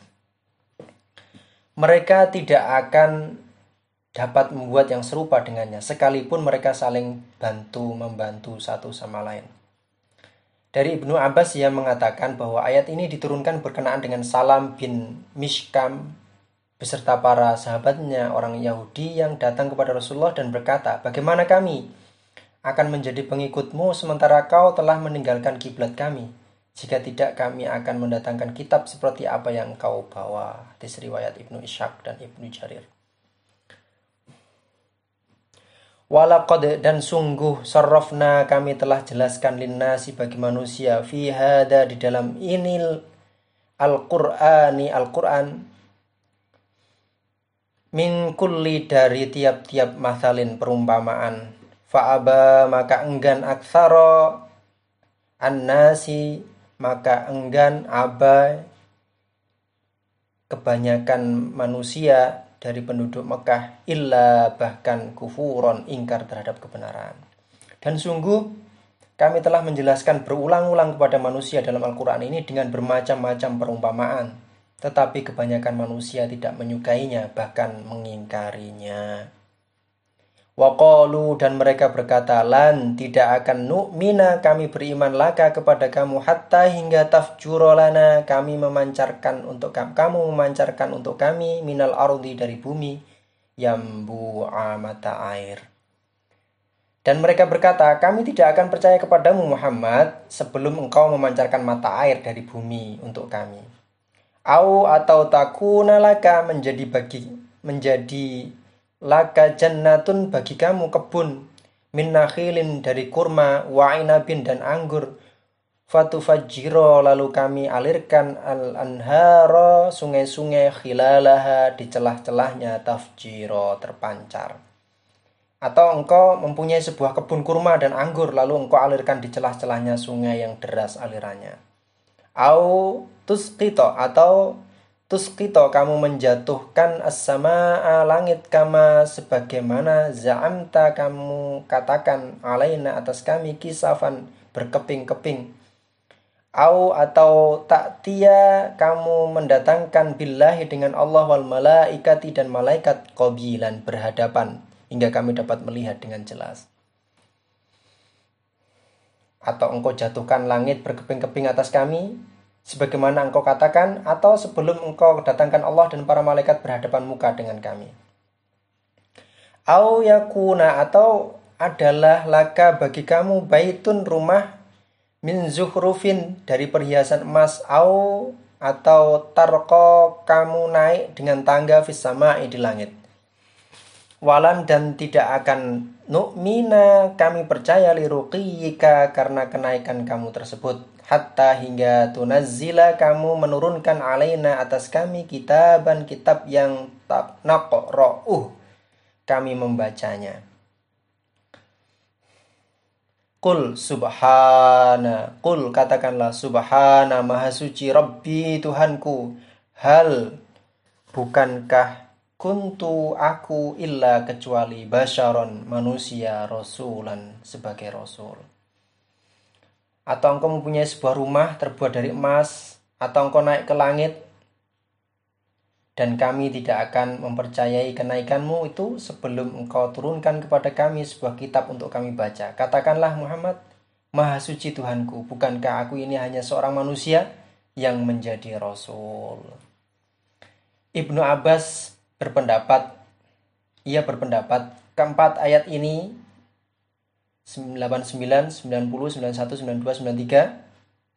mereka tidak akan dapat membuat yang serupa dengannya, sekalipun mereka saling membantu satu sama lain. Dari Ibnu Abbas, ia mengatakan bahwa ayat ini diturunkan berkenaan dengan Salam bin Mishkam beserta para sahabatnya orang Yahudi yang datang kepada Rasulullah dan berkata, bagaimana kami akan menjadi pengikutmu sementara kau telah meninggalkan kiblat kami? Jika tidak, kami akan mendatangkan kitab seperti apa yang kau bawa. Hadis riwayat Ibnu Ishaq dan Ibnu Jarir. Walaqad, dan sungguh, sarrafna, kami telah jelaskan linnasi, bagi manusia, fi hada, di dalam inil Al-Qur'ani, Al-Quran, min kulli, dari tiap-tiap mathalin, perumpamaan. Fa'aba, maka enggan, aktsara an-nasi, maka enggan, aba, kebanyakan manusia dari penduduk Mekah, illa, bahkan kufuron, ingkar terhadap kebenaran. Dan sungguh kami telah menjelaskan berulang-ulang kepada manusia dalam Al-Quran ini dengan bermacam-macam perumpamaan, tetapi kebanyakan manusia tidak menyukainya, bahkan mengingkarinya. Waqalu, dan mereka berkata, lan, tidak akan nu'mina, kami beriman laka kepada kamu, hatta, hingga tafjurolana, kami memancarkan untuk kamu memancarkan untuk kami, minal ardi, dari bumi, yambu'a, mata air. Dan mereka berkata, kami tidak akan percaya kepadamu Muhammad sebelum engkau memancarkan mata air dari bumi untuk kami. Atau takuna laka, menjadi laka jannatun, bagi kamu kebun, min nakhilin, dari kurma, wa inabin, dan anggur, fatufajjiro, lalu kami alirkan al-anhara, sungai-sungai, khilalaha, di celah-celahnya, tafjiro, terpancar. Atau engkau mempunyai sebuah kebun kurma dan anggur, lalu engkau alirkan di celah-celahnya sungai yang deras alirannya. Tusqito, kamu menjatuhkan as-samaa, langit, kama, sebagaimana za'amta, kamu katakan, alaina, atas kami, kisafan, berkeping-keping. Atau ta'tiya, kamu mendatangkan billahi, dengan Allah, wal malaikati, dan malaikat, qabilan, berhadapan, hingga kami dapat melihat dengan jelas. Atau engkau jatuhkan langit berkeping-keping atas kami, sebagaimana engkau katakan, atau sebelum engkau datangkan Allah dan para malaikat berhadapan muka dengan kami. Yakuna, atau adalah laka, bagi kamu, baitun, rumah, min zuhrufin, dari perhiasan emas, atau tarqa kamu naik dengan tangga fis sama'i di langit. Walan dan tidak akan nu'mina kami percaya liruqiyika karena kenaikan kamu tersebut hatta hingga tunazzila kamu menurunkan alaina atas kami kitaban kitab yang naqra'uh kami membacanya. Qul subhana, qul katakanlah subhana maha suci Rabbi Tuhanku, hal bukankah kuntu aku illa kecuali basyaron manusia rasulan sebagai rasul. Atau engkau mempunyai sebuah rumah terbuat dari emas, atau engkau naik ke langit dan kami tidak akan mempercayai kenaikanmu itu sebelum engkau turunkan kepada kami sebuah kitab untuk kami baca. Katakanlah Muhammad, maha suci Tuhanku, bukankah aku ini hanya seorang manusia yang menjadi rasul. Ibnu Abbas berpendapat keempat ayat ini 89, 90, 91, 92, 93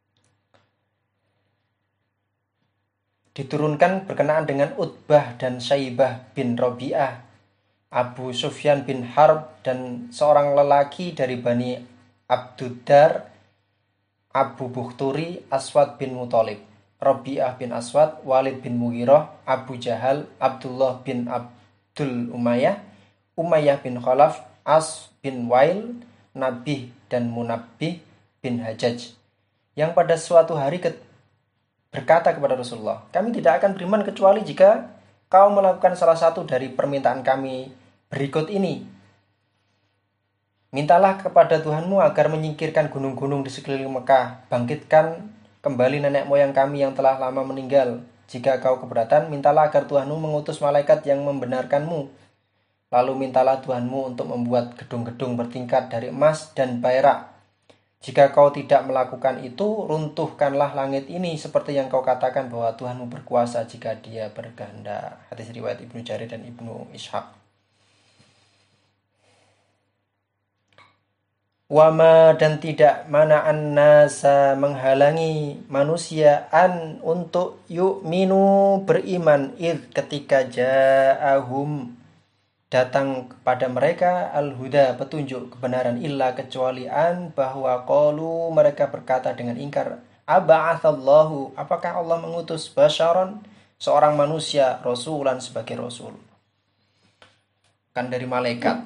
diturunkan berkenaan dengan Utbah dan Syaibah bin Rabi'ah, Abu Sufyan bin Harb dan seorang lelaki dari Bani Abduddar, Abu Bukhturi, Aswad bin Muthalib, Rabi'ah bin Aswad, Walid bin Mughirah, Abu Jahal, Abdullah bin Abdul Umayyah bin Khalaf, As bin Wail, Nabih dan Munabbih bin Hajjaj, yang pada suatu hari berkata kepada Rasulullah, kami tidak akan beriman kecuali jika kau melakukan salah satu dari permintaan kami berikut ini. Mintalah kepada Tuhanmu agar menyingkirkan gunung-gunung di sekeliling Mekah. Bangkitkan kembali nenek moyang kami yang telah lama meninggal. Jika kau keberatan, mintalah agar Tuhanmu mengutus malaikat yang membenarkanmu. Lalu mintalah Tuhanmu untuk membuat gedung-gedung bertingkat dari emas dan perak. Jika kau tidak melakukan itu, runtuhkanlah langit ini seperti yang kau katakan bahwa Tuhanmu berkuasa jika dia berkehendak. Hadis riwayat Ibnu Jarir dan Ibnu Ishaq. Wama dan tidak mana'an nasa menghalangi manusia an untuk yu'minu beriman ketika ja'ahum datang kepada mereka al-huda petunjuk kebenaran illa kecuali bahwa qalu mereka berkata dengan ingkar aba'atsallahu apakah Allah mengutus basyaron seorang manusia rasulan sebagai rasul, kan dari malaikat.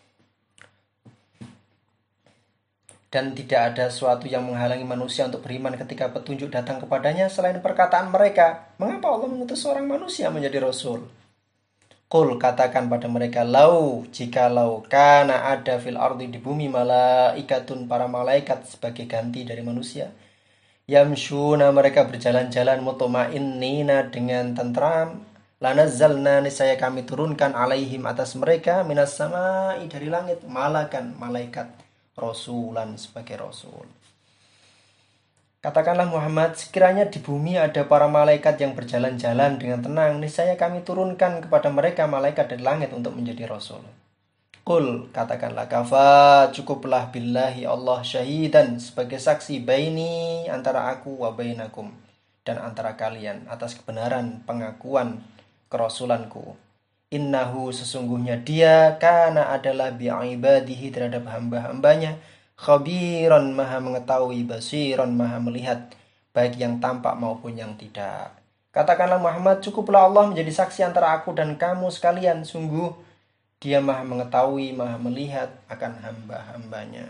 Dan tidak ada sesuatu yang menghalangi manusia untuk beriman ketika petunjuk datang kepadanya selain perkataan mereka, mengapa Allah mengutus seorang manusia menjadi rasul? Qul katakan pada mereka, jikalau kana ada fil ardi di bumi malaikatun para malaikat sebagai ganti dari manusia, yamshuna mereka berjalan-jalan mutmainnina dengan tentram, lanazzalna niscaya kami turunkan alaihim atas mereka minas samai dari langit malakan malaikat rasulan sebagai rasul. Katakanlah Muhammad, sekiranya di bumi ada para malaikat yang berjalan-jalan dengan tenang, niscaya kami turunkan kepada mereka malaikat dari langit untuk menjadi rasul. Qul katakanlah, kafa cukuplah billahi Allah syahidan sebagai saksi baini antara aku wa bainakum dan antara kalian atas kebenaran pengakuan kerasulanku. Innahu sesungguhnya dia kana adalah bi'ibadihi terhadap hamba-hambanya khabiran maha mengetahui, basiran maha melihat, baik yang tampak maupun yang tidak. Katakanlah Muhammad, cukuplah Allah menjadi saksi antara aku dan kamu sekalian, sungguh dia maha mengetahui, maha melihat akan hamba-hambanya.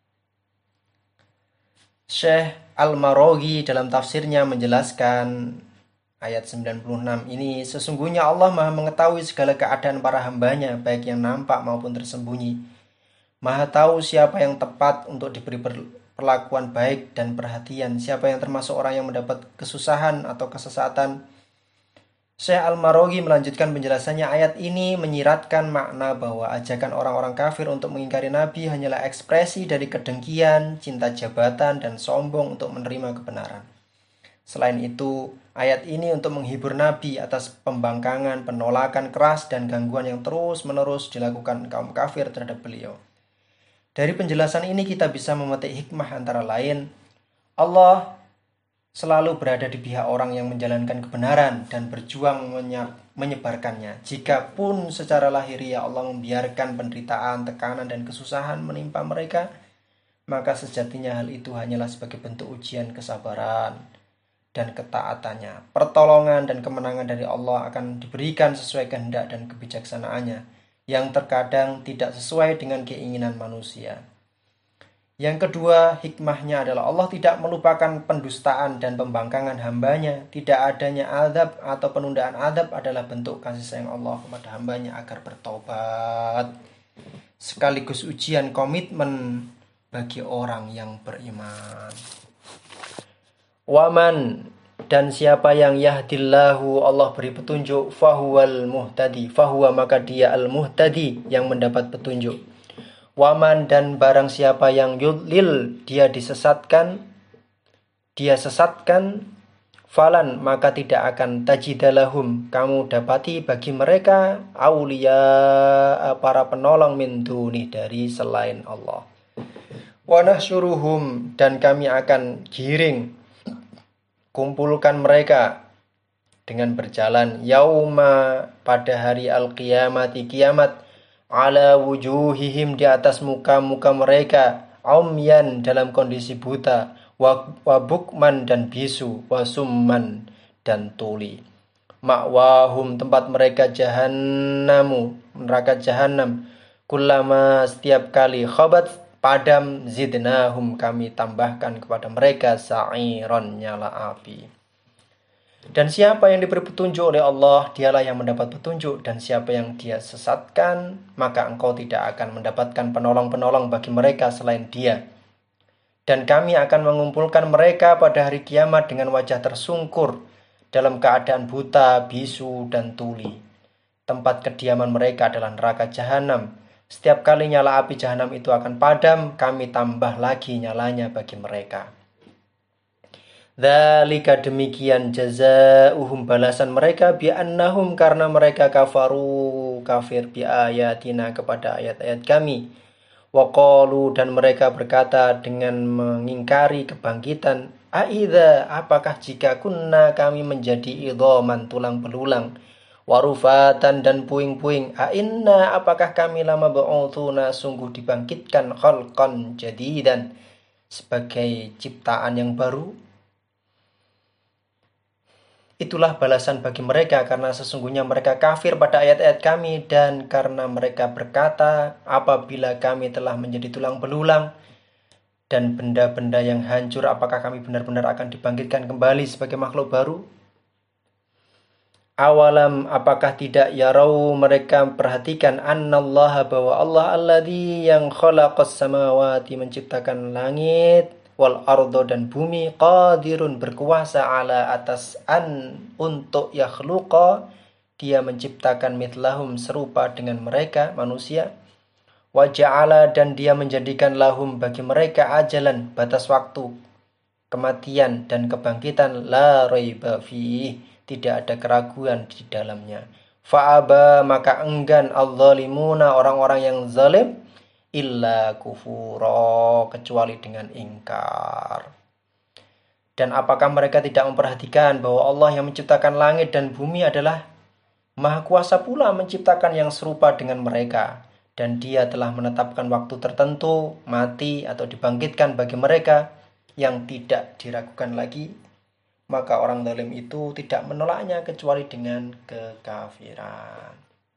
Syekh Al-Maraghi dalam tafsirnya menjelaskan ayat 96 ini, sesungguhnya Allah maha mengetahui segala keadaan para hambanya, baik yang nampak maupun tersembunyi. Maha tahu siapa yang tepat untuk diberi perlakuan baik dan perhatian, siapa yang termasuk orang yang mendapat kesusahan atau kesesatan. Syekh Al-Maraghi melanjutkan penjelasannya, ayat ini menyiratkan makna bahwa ajakan orang-orang kafir untuk mengingkari Nabi hanyalah ekspresi dari kedengkian, cinta jabatan, dan sombong untuk menerima kebenaran. Selain itu, ayat ini untuk menghibur Nabi atas pembangkangan, penolakan keras, dan gangguan yang terus-menerus dilakukan kaum kafir terhadap beliau. Dari penjelasan ini kita bisa memetik hikmah antara lain, Allah selalu berada di pihak orang yang menjalankan kebenaran dan berjuang menyebarkannya. Jikapun secara lahiriah Allah membiarkan penderitaan, tekanan, dan kesusahan menimpa mereka, maka sejatinya hal itu hanyalah sebagai bentuk ujian kesabaran dan ketaatannya. Pertolongan dan kemenangan dari Allah akan diberikan sesuai kehendak dan kebijaksanaannya, yang terkadang tidak sesuai dengan keinginan manusia. Yang kedua, hikmahnya adalah Allah tidak melupakan pendustaan dan pembangkangan hambanya. Tidak adanya azab atau penundaan azab adalah bentuk kasih sayang Allah kepada hambanya agar bertobat, sekaligus ujian komitmen bagi orang yang beriman. Waman, dan siapa yang yahdillahu, Allah beri petunjuk, fahuwal muhtadi, fahuwa maka dia al-muhtadi, yang mendapat petunjuk. Waman, dan barang siapa yang yudlil, dia sesatkan, falan maka tidak akan tajidalahum, kamu dapati bagi mereka aulia, para penolong min duni, dari selain Allah. Wa nahsyuruhum, dan kami akan giring, kumpulkan mereka dengan berjalan, yauma, pada hari al-qiyamati, kiamat, ala wujuhihim, di atas muka-muka mereka, umyan, dalam kondisi buta, wa bukman, dan bisu, wa summan, dan tuli. Ma'wahum, tempat mereka jahannamu, neraka jahanam, kullama, setiap kali khabat, padam, zidnahum, kami tambahkan kepada mereka sa'iron, nyala api. Dan siapa yang diberi petunjuk oleh Allah, dialah yang mendapat petunjuk. Dan siapa yang dia sesatkan, maka engkau tidak akan mendapatkan penolong-penolong bagi mereka selain dia. Dan kami akan mengumpulkan mereka pada hari kiamat dengan wajah tersungkur, dalam keadaan buta, bisu, dan tuli. Tempat kediaman mereka adalah neraka jahanam. Setiap kali nyala api jahanam itu akan padam, kami tambah lagi nyalanya bagi mereka. Dzalika, demikian, jazaa'uhum, balasan mereka, bi'annahum, karena mereka kafaru, kafir, biayatina, kepada ayat-ayat kami. Wa qalu, dan mereka berkata dengan mengingkari kebangkitan, aidza, apakah jika kunna, kami menjadi idhaman, tulang belulang, warufatan, dan puing-puing, ainna, apakah kami lama ba'utsuna, sungguh dibangkitkan, khalqan jadidan, sebagai ciptaan yang baru. Itulah balasan bagi mereka karena sesungguhnya mereka kafir pada ayat-ayat kami, dan karena mereka berkata, apabila kami telah menjadi tulang belulang dan benda-benda yang hancur, apakah kami benar-benar akan dibangkitkan kembali sebagai makhluk baru? Awalam, apakah tidak yarau, mereka perhatikan, annallaha, bahwa Allah alladzi, yang khalaqas samawati, menciptakan langit, wal ardo, dan bumi, qadirun, berkuasa, ala, atas, an, untuk, yakhluqa, dia menciptakan, mithlahum, serupa dengan mereka manusia, wa ja'ala, dan dia menjadikan, lahum, bagi mereka, ajalan, batas waktu, kematian dan kebangkitan, la raiba fihi, tidak ada keraguan di dalamnya. Fa'aba, maka enggan, adz-dzalimuna, orang-orang yang zalim, illa kufura, kecuali dengan ingkar. Dan apakah mereka tidak memperhatikan bahwa Allah yang menciptakan langit dan bumi adalah Maha Kuasa pula menciptakan yang serupa dengan mereka, dan dia telah menetapkan waktu tertentu mati atau dibangkitkan bagi mereka yang tidak diragukan lagi. Maka orang zalim itu tidak menolaknya kecuali dengan kekafiran.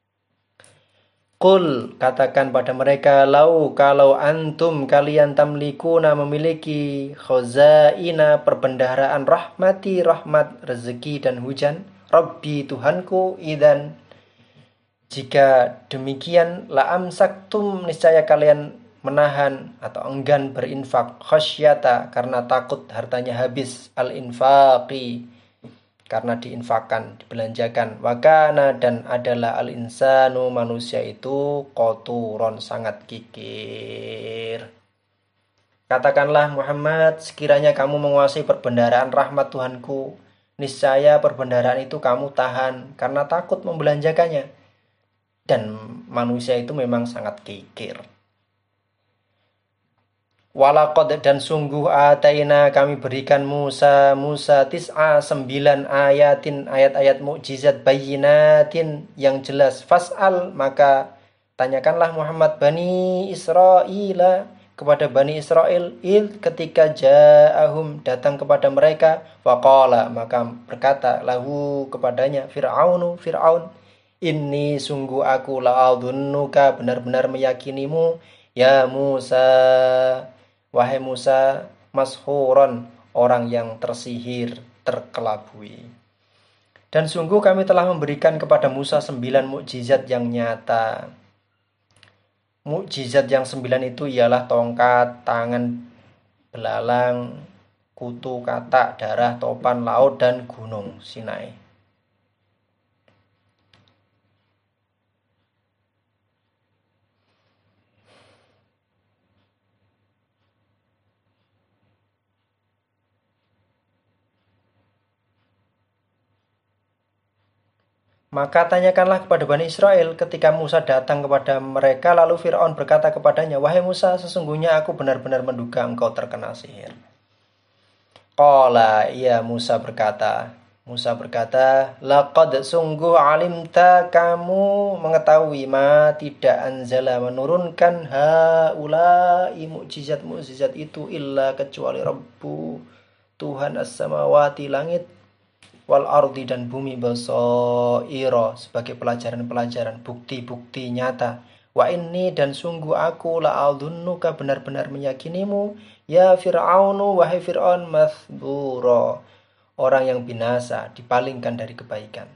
Qul, katakan pada mereka, lau, kalau antum, kalian, tamlikuna, memiliki, khazaina, perbendaharaan, rahmati, rahmat, rezeki, dan hujan, Rabbi, Tuhanku, idan, jika demikian, la amsaktum, niscaya kalian menahan atau enggan berinfak, khasyata, karena takut hartanya habis, al-infaqi, karena diinfakkan, dibelanjakan, wakana, dan adalah al-insanu, manusia itu, koturon, sangat kikir. Katakanlah Muhammad, sekiranya kamu menguasai perbendaharaan rahmat Tuhanku, niscaya perbendaharaan itu kamu tahan karena takut membelanjakannya. Dan manusia itu memang sangat kikir. Walaqad dan sungguh ataina kami berikan Musa tis'a 9 ayatin ayat-ayat mukjizat bayyinatin yang jelas. Fas'al maka tanyakanlah Muhammad Bani Israil kepada Bani Israel ketika ja'ahum datang kepada mereka faqala maka berkata lahu kepadanya Fir'aun inni sungguh aku la'adhunnuka benar-benar meyakinimu ya Musa wahai Musa mashuron orang yang tersihir terkelabui. Dan sungguh kami telah memberikan kepada Musa 9 mukjizat yang nyata. Mukjizat yang 9 itu ialah tongkat, tangan belalang, kutu, katak, darah, topan, laut, dan gunung Sinai. Maka tanyakanlah kepada Bani Israel ketika Musa datang kepada mereka lalu Fir'aun berkata kepadanya, wahai Musa sesungguhnya aku benar-benar menduga engkau terkena sihir. Qala ya Musa berkata laqad sungguh alimta kamu mengetahui ma tidak anzala menurunkan haula'i mukjizat itu illa kecuali Rabbu Tuhan as-samawati langit wal ardi dan bumi basaira sebagai pelajaran-pelajaran bukti-bukti nyata wa inni dan sungguh aku la'adhunnuka benar-benar meyakinimu ya Fir'aunu wahai Fir'aun mathbura orang yang binasa dipalingkan dari kebaikan.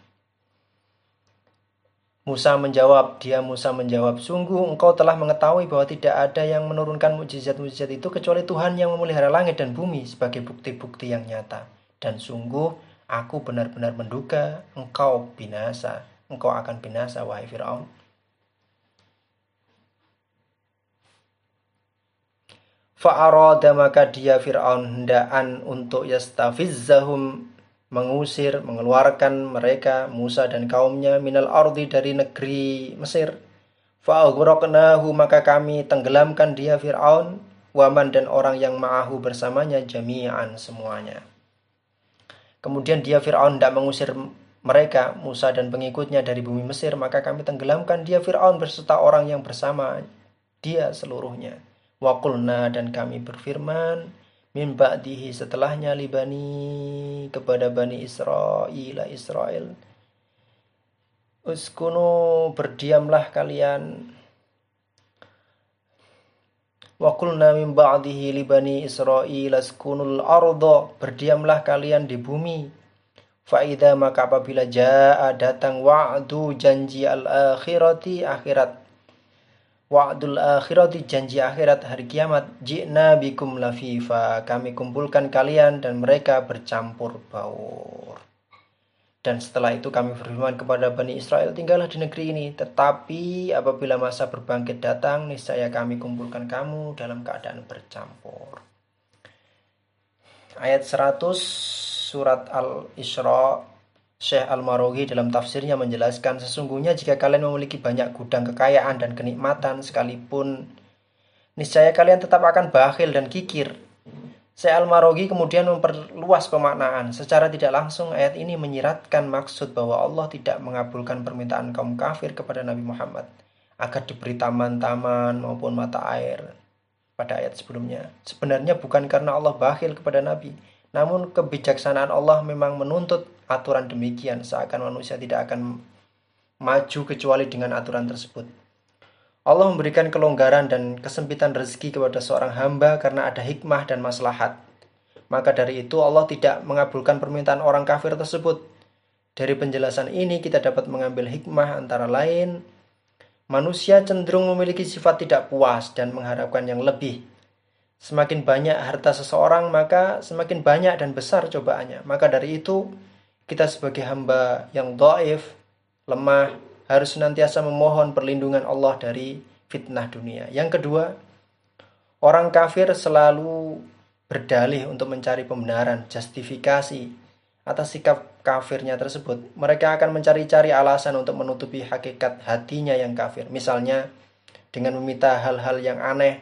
Musa menjawab sungguh engkau telah mengetahui bahwa tidak ada yang menurunkan mukjizat-mukjizat itu kecuali Tuhan yang memelihara langit dan bumi sebagai bukti-bukti yang nyata dan sungguh aku benar-benar menduga engkau akan binasa wahai Fir'aun. Fa'arada maka dia Fir'aun hendaan untuk yastafizzahum mengusir, mengeluarkan mereka Musa dan kaumnya minal ardi dari negeri Mesir. Fa'aghraqnahu maka kami tenggelamkan dia Fir'aun waman dan orang yang ma'ahu bersamanya jami'an semuanya. Kemudian dia Fir'aun tidak mengusir mereka, Musa dan pengikutnya dari bumi Mesir, maka kami tenggelamkan dia Fir'aun beserta orang yang bersama dia seluruhnya. Wa qulna dan kami berfirman, min ba'dihi setelahnya libani kepada Bani Israel. Uskunu berdiamlah kalian. Wa qulna min ba'dihi li bani Israil askunul arda berdiamlah kalian di bumi. Fa idza maka apabila jaa datang wa'du janji al-akhirati akhirat. Wa'dul akhirati janji akhirat hari kiamat ji'na bikum lafifa kami kumpulkan kalian dan mereka bercampur baur. Dan setelah itu kami berfirman kepada Bani Israel, tinggallah di negeri ini. Tetapi apabila masa berbangkit datang, niscaya kami kumpulkan kamu dalam keadaan bercampur. Ayat 100 surat Al-Isra, Syekh Al-Marughi dalam tafsirnya menjelaskan, sesungguhnya jika kalian memiliki banyak gudang kekayaan dan kenikmatan sekalipun, niscaya kalian tetap akan bakhil dan kikir. Syekh Al-Marughi kemudian memperluas pemaknaan. Secara tidak langsung ayat ini menyiratkan maksud bahwa Allah tidak mengabulkan permintaan kaum kafir kepada Nabi Muhammad agar diberi taman-taman maupun mata air pada ayat sebelumnya. Sebenarnya bukan karena Allah bakhil kepada Nabi, namun kebijaksanaan Allah memang menuntut aturan demikian, seakan manusia tidak akan maju kecuali dengan aturan tersebut. Allah memberikan kelonggaran dan kesempitan rezeki kepada seorang hamba karena ada hikmah dan maslahat. Maka dari itu Allah tidak mengabulkan permintaan orang kafir tersebut. Dari penjelasan ini kita dapat mengambil hikmah antara lain, manusia cenderung memiliki sifat tidak puas dan mengharapkan yang lebih. Semakin banyak harta seseorang, maka semakin banyak dan besar cobaannya. Maka dari itu, kita sebagai hamba yang dhaif, lemah, harus senantiasa memohon perlindungan Allah dari fitnah dunia. Yang kedua, orang kafir selalu berdalih untuk mencari pembenaran, justifikasi atas sikap kafirnya tersebut. Mereka akan mencari-cari alasan untuk menutupi hakikat hatinya yang kafir. Misalnya, dengan meminta hal-hal yang aneh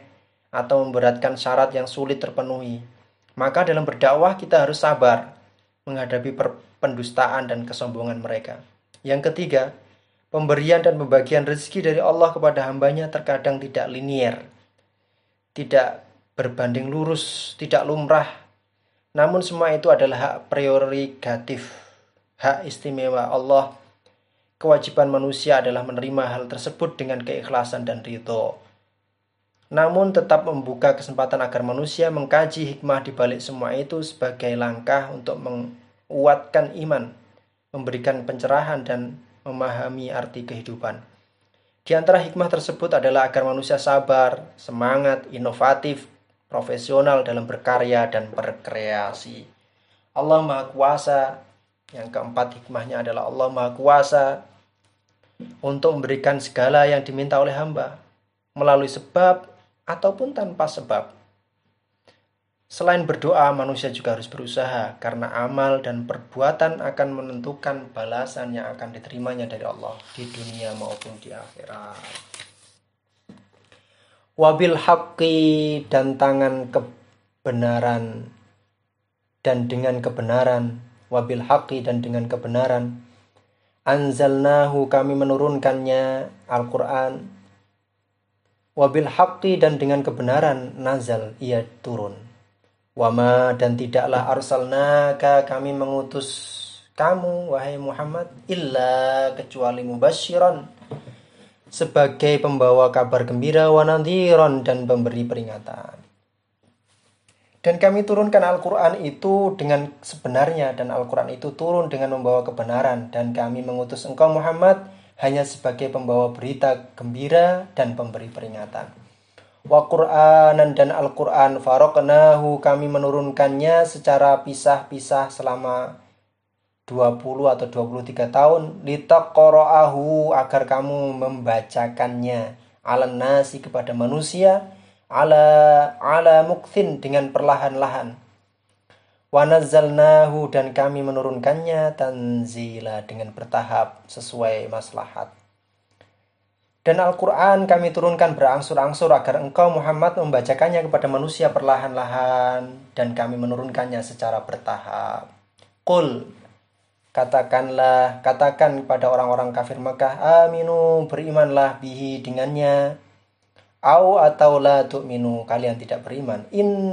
atau memberatkan syarat yang sulit terpenuhi. Maka dalam berdakwah kita harus sabar menghadapi pendustaan dan kesombongan mereka. Yang ketiga, pemberian dan pembagian rezeki dari Allah kepada hambanya terkadang tidak linier, tidak berbanding lurus, tidak lumrah. Namun semua itu adalah hak prerogatif, hak istimewa Allah. Kewajiban manusia adalah menerima hal tersebut dengan keikhlasan dan ridho. Namun tetap membuka kesempatan agar manusia mengkaji hikmah di balik semua itu sebagai langkah untuk menguatkan iman, memberikan pencerahan dan memahami arti kehidupan. Di antara hikmah tersebut adalah agar manusia sabar, semangat, inovatif, profesional dalam berkarya dan berkreasi. Allah Maha Kuasa. Yang keempat hikmahnya adalah Allah Maha Kuasa untuk memberikan segala yang diminta oleh hamba, melalui sebab ataupun tanpa sebab. Selain berdoa, manusia juga harus berusaha, karena amal dan perbuatan akan menentukan balasan yang akan diterimanya dari Allah di dunia maupun di akhirat. Wabil haqqi, dan tangan kebenaran, dan dengan kebenaran. Wabil haqqi, dan dengan kebenaran. Anzalnahu, kami menurunkannya, Al-Quran. Wabil haqqi, dan dengan kebenaran, nazal, ia turun. Wama, dan tidaklah arsalnaka, kami mengutus kamu, wahai Muhammad, illa, kecuali mubasyiran, sebagai pembawa kabar gembira, wa nadhiran, dan pemberi peringatan. Dan kami turunkan Al-Quran itu dengan sebenarnya, dan Al-Quran itu turun dengan membawa kebenaran, dan kami mengutus engkau Muhammad hanya sebagai pembawa berita gembira dan pemberi peringatan. Wa Qur'anan, dan Al-Quran faraqnahu, kami menurunkannya secara pisah-pisah selama 20 atau 23 tahun, litaqra'ahu, agar kamu membacakannya, 'alan nasi, kepada manusia, ala mukthin, dengan perlahan-lahan. Wa nazzalnahu, dan kami menurunkannya, tanzila, dengan bertahap sesuai maslahat. Dan Al-Quran kami turunkan berangsur-angsur agar engkau Muhammad membacakannya kepada manusia perlahan-lahan, dan kami menurunkannya secara bertahap. Qul, katakan kepada orang-orang kafir Makkah, aminu, berimanlah bihi, dengannya, atau la tu'minu, kalian tidak beriman.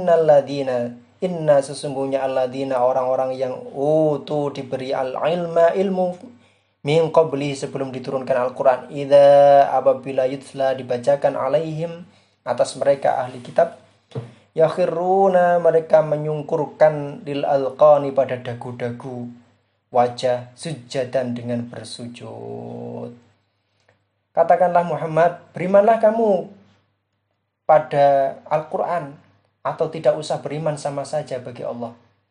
Inna, sesungguhnya alladina, orang-orang yang diberi al-ilma, ilmu, min qabli, sebelum diturunkan Al-Quran, idza, apabila yutla, dibacakan, alaihim, atas mereka ahli kitab, yakhiruna, mereka menyungkurkan, lil alqani, pada dagu-dagu wajah, sujadan, dengan bersujud. Katakanlah Muhammad, berimanlah kamu pada Al-Quran, atau tidak usah beriman, sama saja bagi Allah.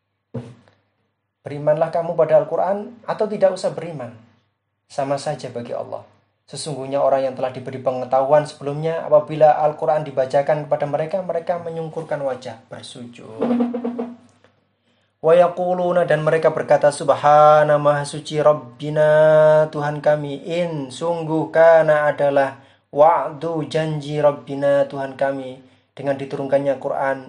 Berimanlah kamu pada Al-Quran, atau tidak usah beriman, sama saja bagi Allah. Sesungguhnya orang yang telah diberi pengetahuan sebelumnya, apabila Al-Quran dibacakan kepada mereka, mereka menyungkurkan wajah, bersujud. Wa yaquluna, dan mereka berkata, subhana, maha suci, Rabbina, Tuhan kami, in, sungguh, kana, adalah, wa'du, janji, Rabbina, Tuhan kami, dengan diturunkannya Quran,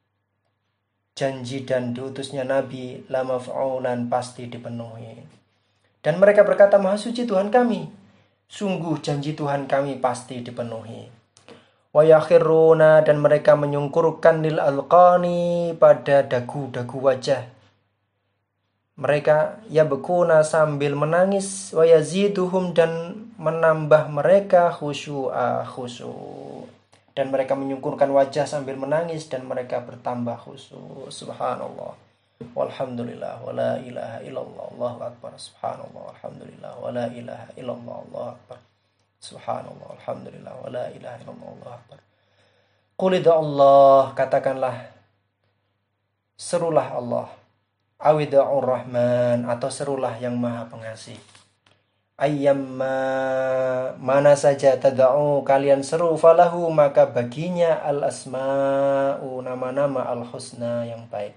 janji dan diutusnya Nabi, la maf'ulan, pasti dipenuhi. Dan mereka berkata, maha suci Tuhan kami, sungguh janji Tuhan kami pasti dipenuhi. Wa yakhiruna, dan mereka menyungkurkan, lil alqani, pada dagu-dagu wajah mereka, yabkuna, sambil menangis, wa yaziduhum, dan menambah mereka khusyu'a, khusyuk. Dan mereka menyungkurkan wajah sambil menangis, dan mereka bertambah khusyuk. Subhanallah, walhamdulillah, wala ilaha illallah, Allahu akbar. Subhanallah, walhamdulillah, wala ilaha illallah, Allahu akbar. Subhanallah, alhamdulillah, wala ilaha illallah, Allahu akbar. Qul Allah, katakanlah, serulah Allah, awida'ur rahman, atau serulah yang maha pengasih. Ayyamma, mana saja, tada'u, kalian seru, falahu, maka baginya, al-asma'u, nama-nama, al-husna, yang baik.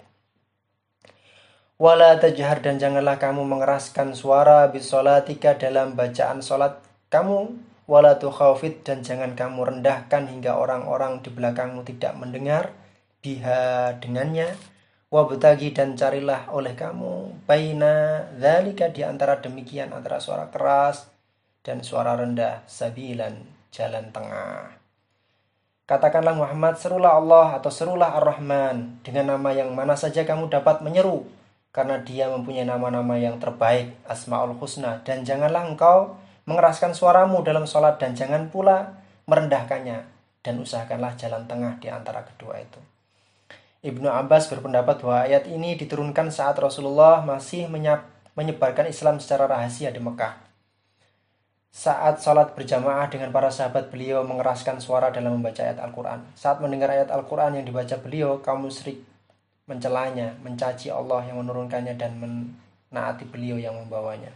Wala tajhar, dan janganlah kamu mengeraskan suara, bisolatika, dalam bacaan solat kamu, wala tukhafid, dan jangan kamu rendahkan hingga orang-orang di belakangmu tidak mendengar biha dengannya. Wabtagi, dan carilah oleh kamu baina dzalika, di antara demikian, antara suara keras dan suara rendah, sabilan, jalan tengah. Katakanlah Muhammad, serulah Allah atau serulah Ar-Rahman dengan nama yang mana saja kamu dapat menyeru, karena dia mempunyai nama-nama yang terbaik, Asmaul Husna. Dan janganlah engkau mengeraskan suaramu dalam sholat, dan jangan pula merendahkannya, dan usahakanlah jalan tengah di antara kedua itu. Ibnu Abbas berpendapat bahwa ayat ini diturunkan saat Rasulullah masih menyebarkan Islam secara rahasia di Mekah. Saat sholat berjamaah dengan para sahabat, beliau mengeraskan suara dalam membaca ayat Al-Quran. Saat mendengar ayat Al-Quran yang dibaca beliau, kaum musyrik mencelanya, mencaci Allah yang menurunkannya, dan menaati beliau yang membawanya.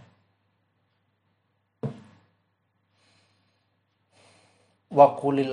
Wa qulil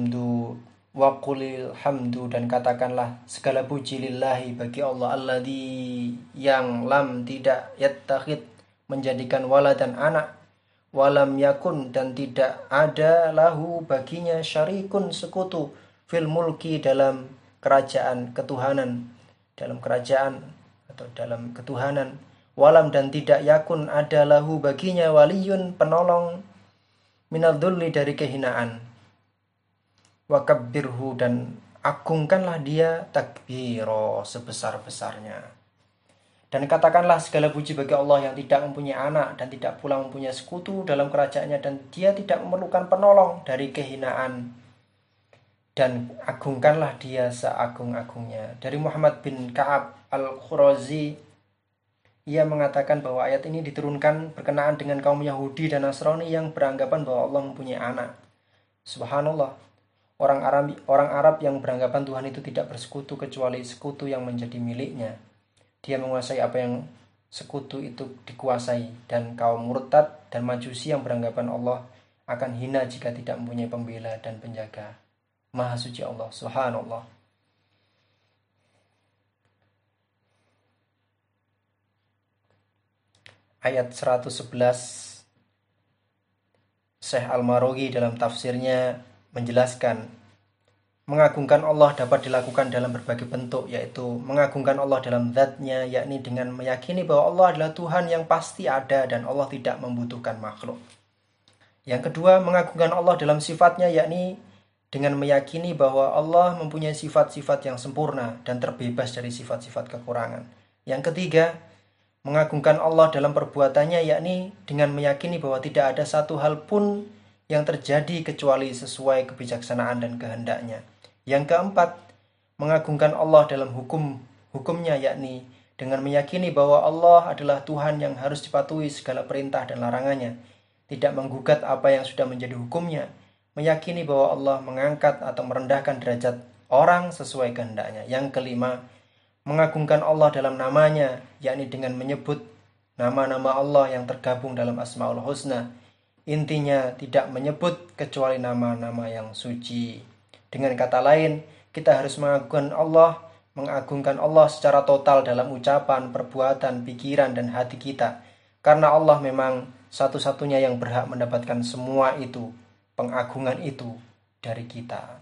hamdu, dan katakanlah segala puji lillahi, bagi Allah, alladzi, yang lam tidak yattakhid, menjadikan walad dan anak, walam yakun, dan tidak ada lahu baginya syarikun, sekutu, fil mulki, dalam kerajaan ketuhanan, dalam kerajaan atau dalam ketuhanan, walam, dan tidak yakun ada lahu baginya waliyun, penolong, minadzulli, dari kehinaan, wakabbirhu, dan agungkanlah dia, takbiro, sebesar-besarnya. Dan katakanlah segala puji bagi Allah yang tidak mempunyai anak dan tidak pula mempunyai sekutu dalam kerajaannya, dan dia tidak memerlukan penolong dari kehinaan, dan agungkanlah dia seagung-agungnya. Dari Muhammad bin Ka'ab al-Khurazi, ia mengatakan bahwa ayat ini diturunkan berkenaan dengan kaum Yahudi dan Nasrani yang beranggapan bahwa Allah mempunyai anak. Subhanallah, orang Arab yang beranggapan Tuhan itu tidak bersekutu kecuali sekutu yang menjadi miliknya. Dia menguasai apa yang sekutu itu dikuasai. Dan kaum murtad dan majusi yang beranggapan Allah akan hina jika tidak mempunyai pembela dan penjaga. Maha suci Allah, subhanallah. Ayat 111, Syekh Al-Marughi dalam tafsirnya menjelaskan, mengagungkan Allah dapat dilakukan dalam berbagai bentuk, yaitu mengagungkan Allah dalam zatnya, yakni dengan meyakini bahwa Allah adalah Tuhan yang pasti ada dan Allah tidak membutuhkan makhluk. Yang kedua, mengagungkan Allah dalam sifatnya, yakni dengan meyakini bahwa Allah mempunyai sifat-sifat yang sempurna dan terbebas dari sifat-sifat kekurangan. Yang ketiga, mengagungkan Allah dalam perbuatannya, yakni dengan meyakini bahwa tidak ada satu hal pun yang terjadi kecuali sesuai kebijaksanaan dan kehendaknya. Yang keempat, mengagungkan Allah dalam hukumnya, yakni dengan meyakini bahwa Allah adalah Tuhan yang harus dipatuhi segala perintah dan larangannya, tidak menggugat apa yang sudah menjadi hukumnya, meyakini bahwa Allah mengangkat atau merendahkan derajat orang sesuai kehendaknya. Yang kelima, mengagungkan Allah dalam namanya, yakni dengan menyebut nama-nama Allah yang tergabung dalam Asmaul Husna. Intinya tidak menyebut kecuali nama-nama yang suci. Dengan kata lain, kita harus mengagungkan Allah secara total dalam ucapan, perbuatan, pikiran, dan hati kita. Karena Allah memang satu-satunya yang berhak mendapatkan semua itu, pengagungan itu dari kita.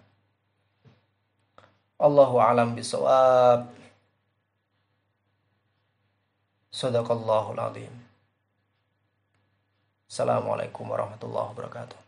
Allahu a'lam bishawab. Shadaqallahul azim. Assalamualaikum warahmatullahi wabarakatuh.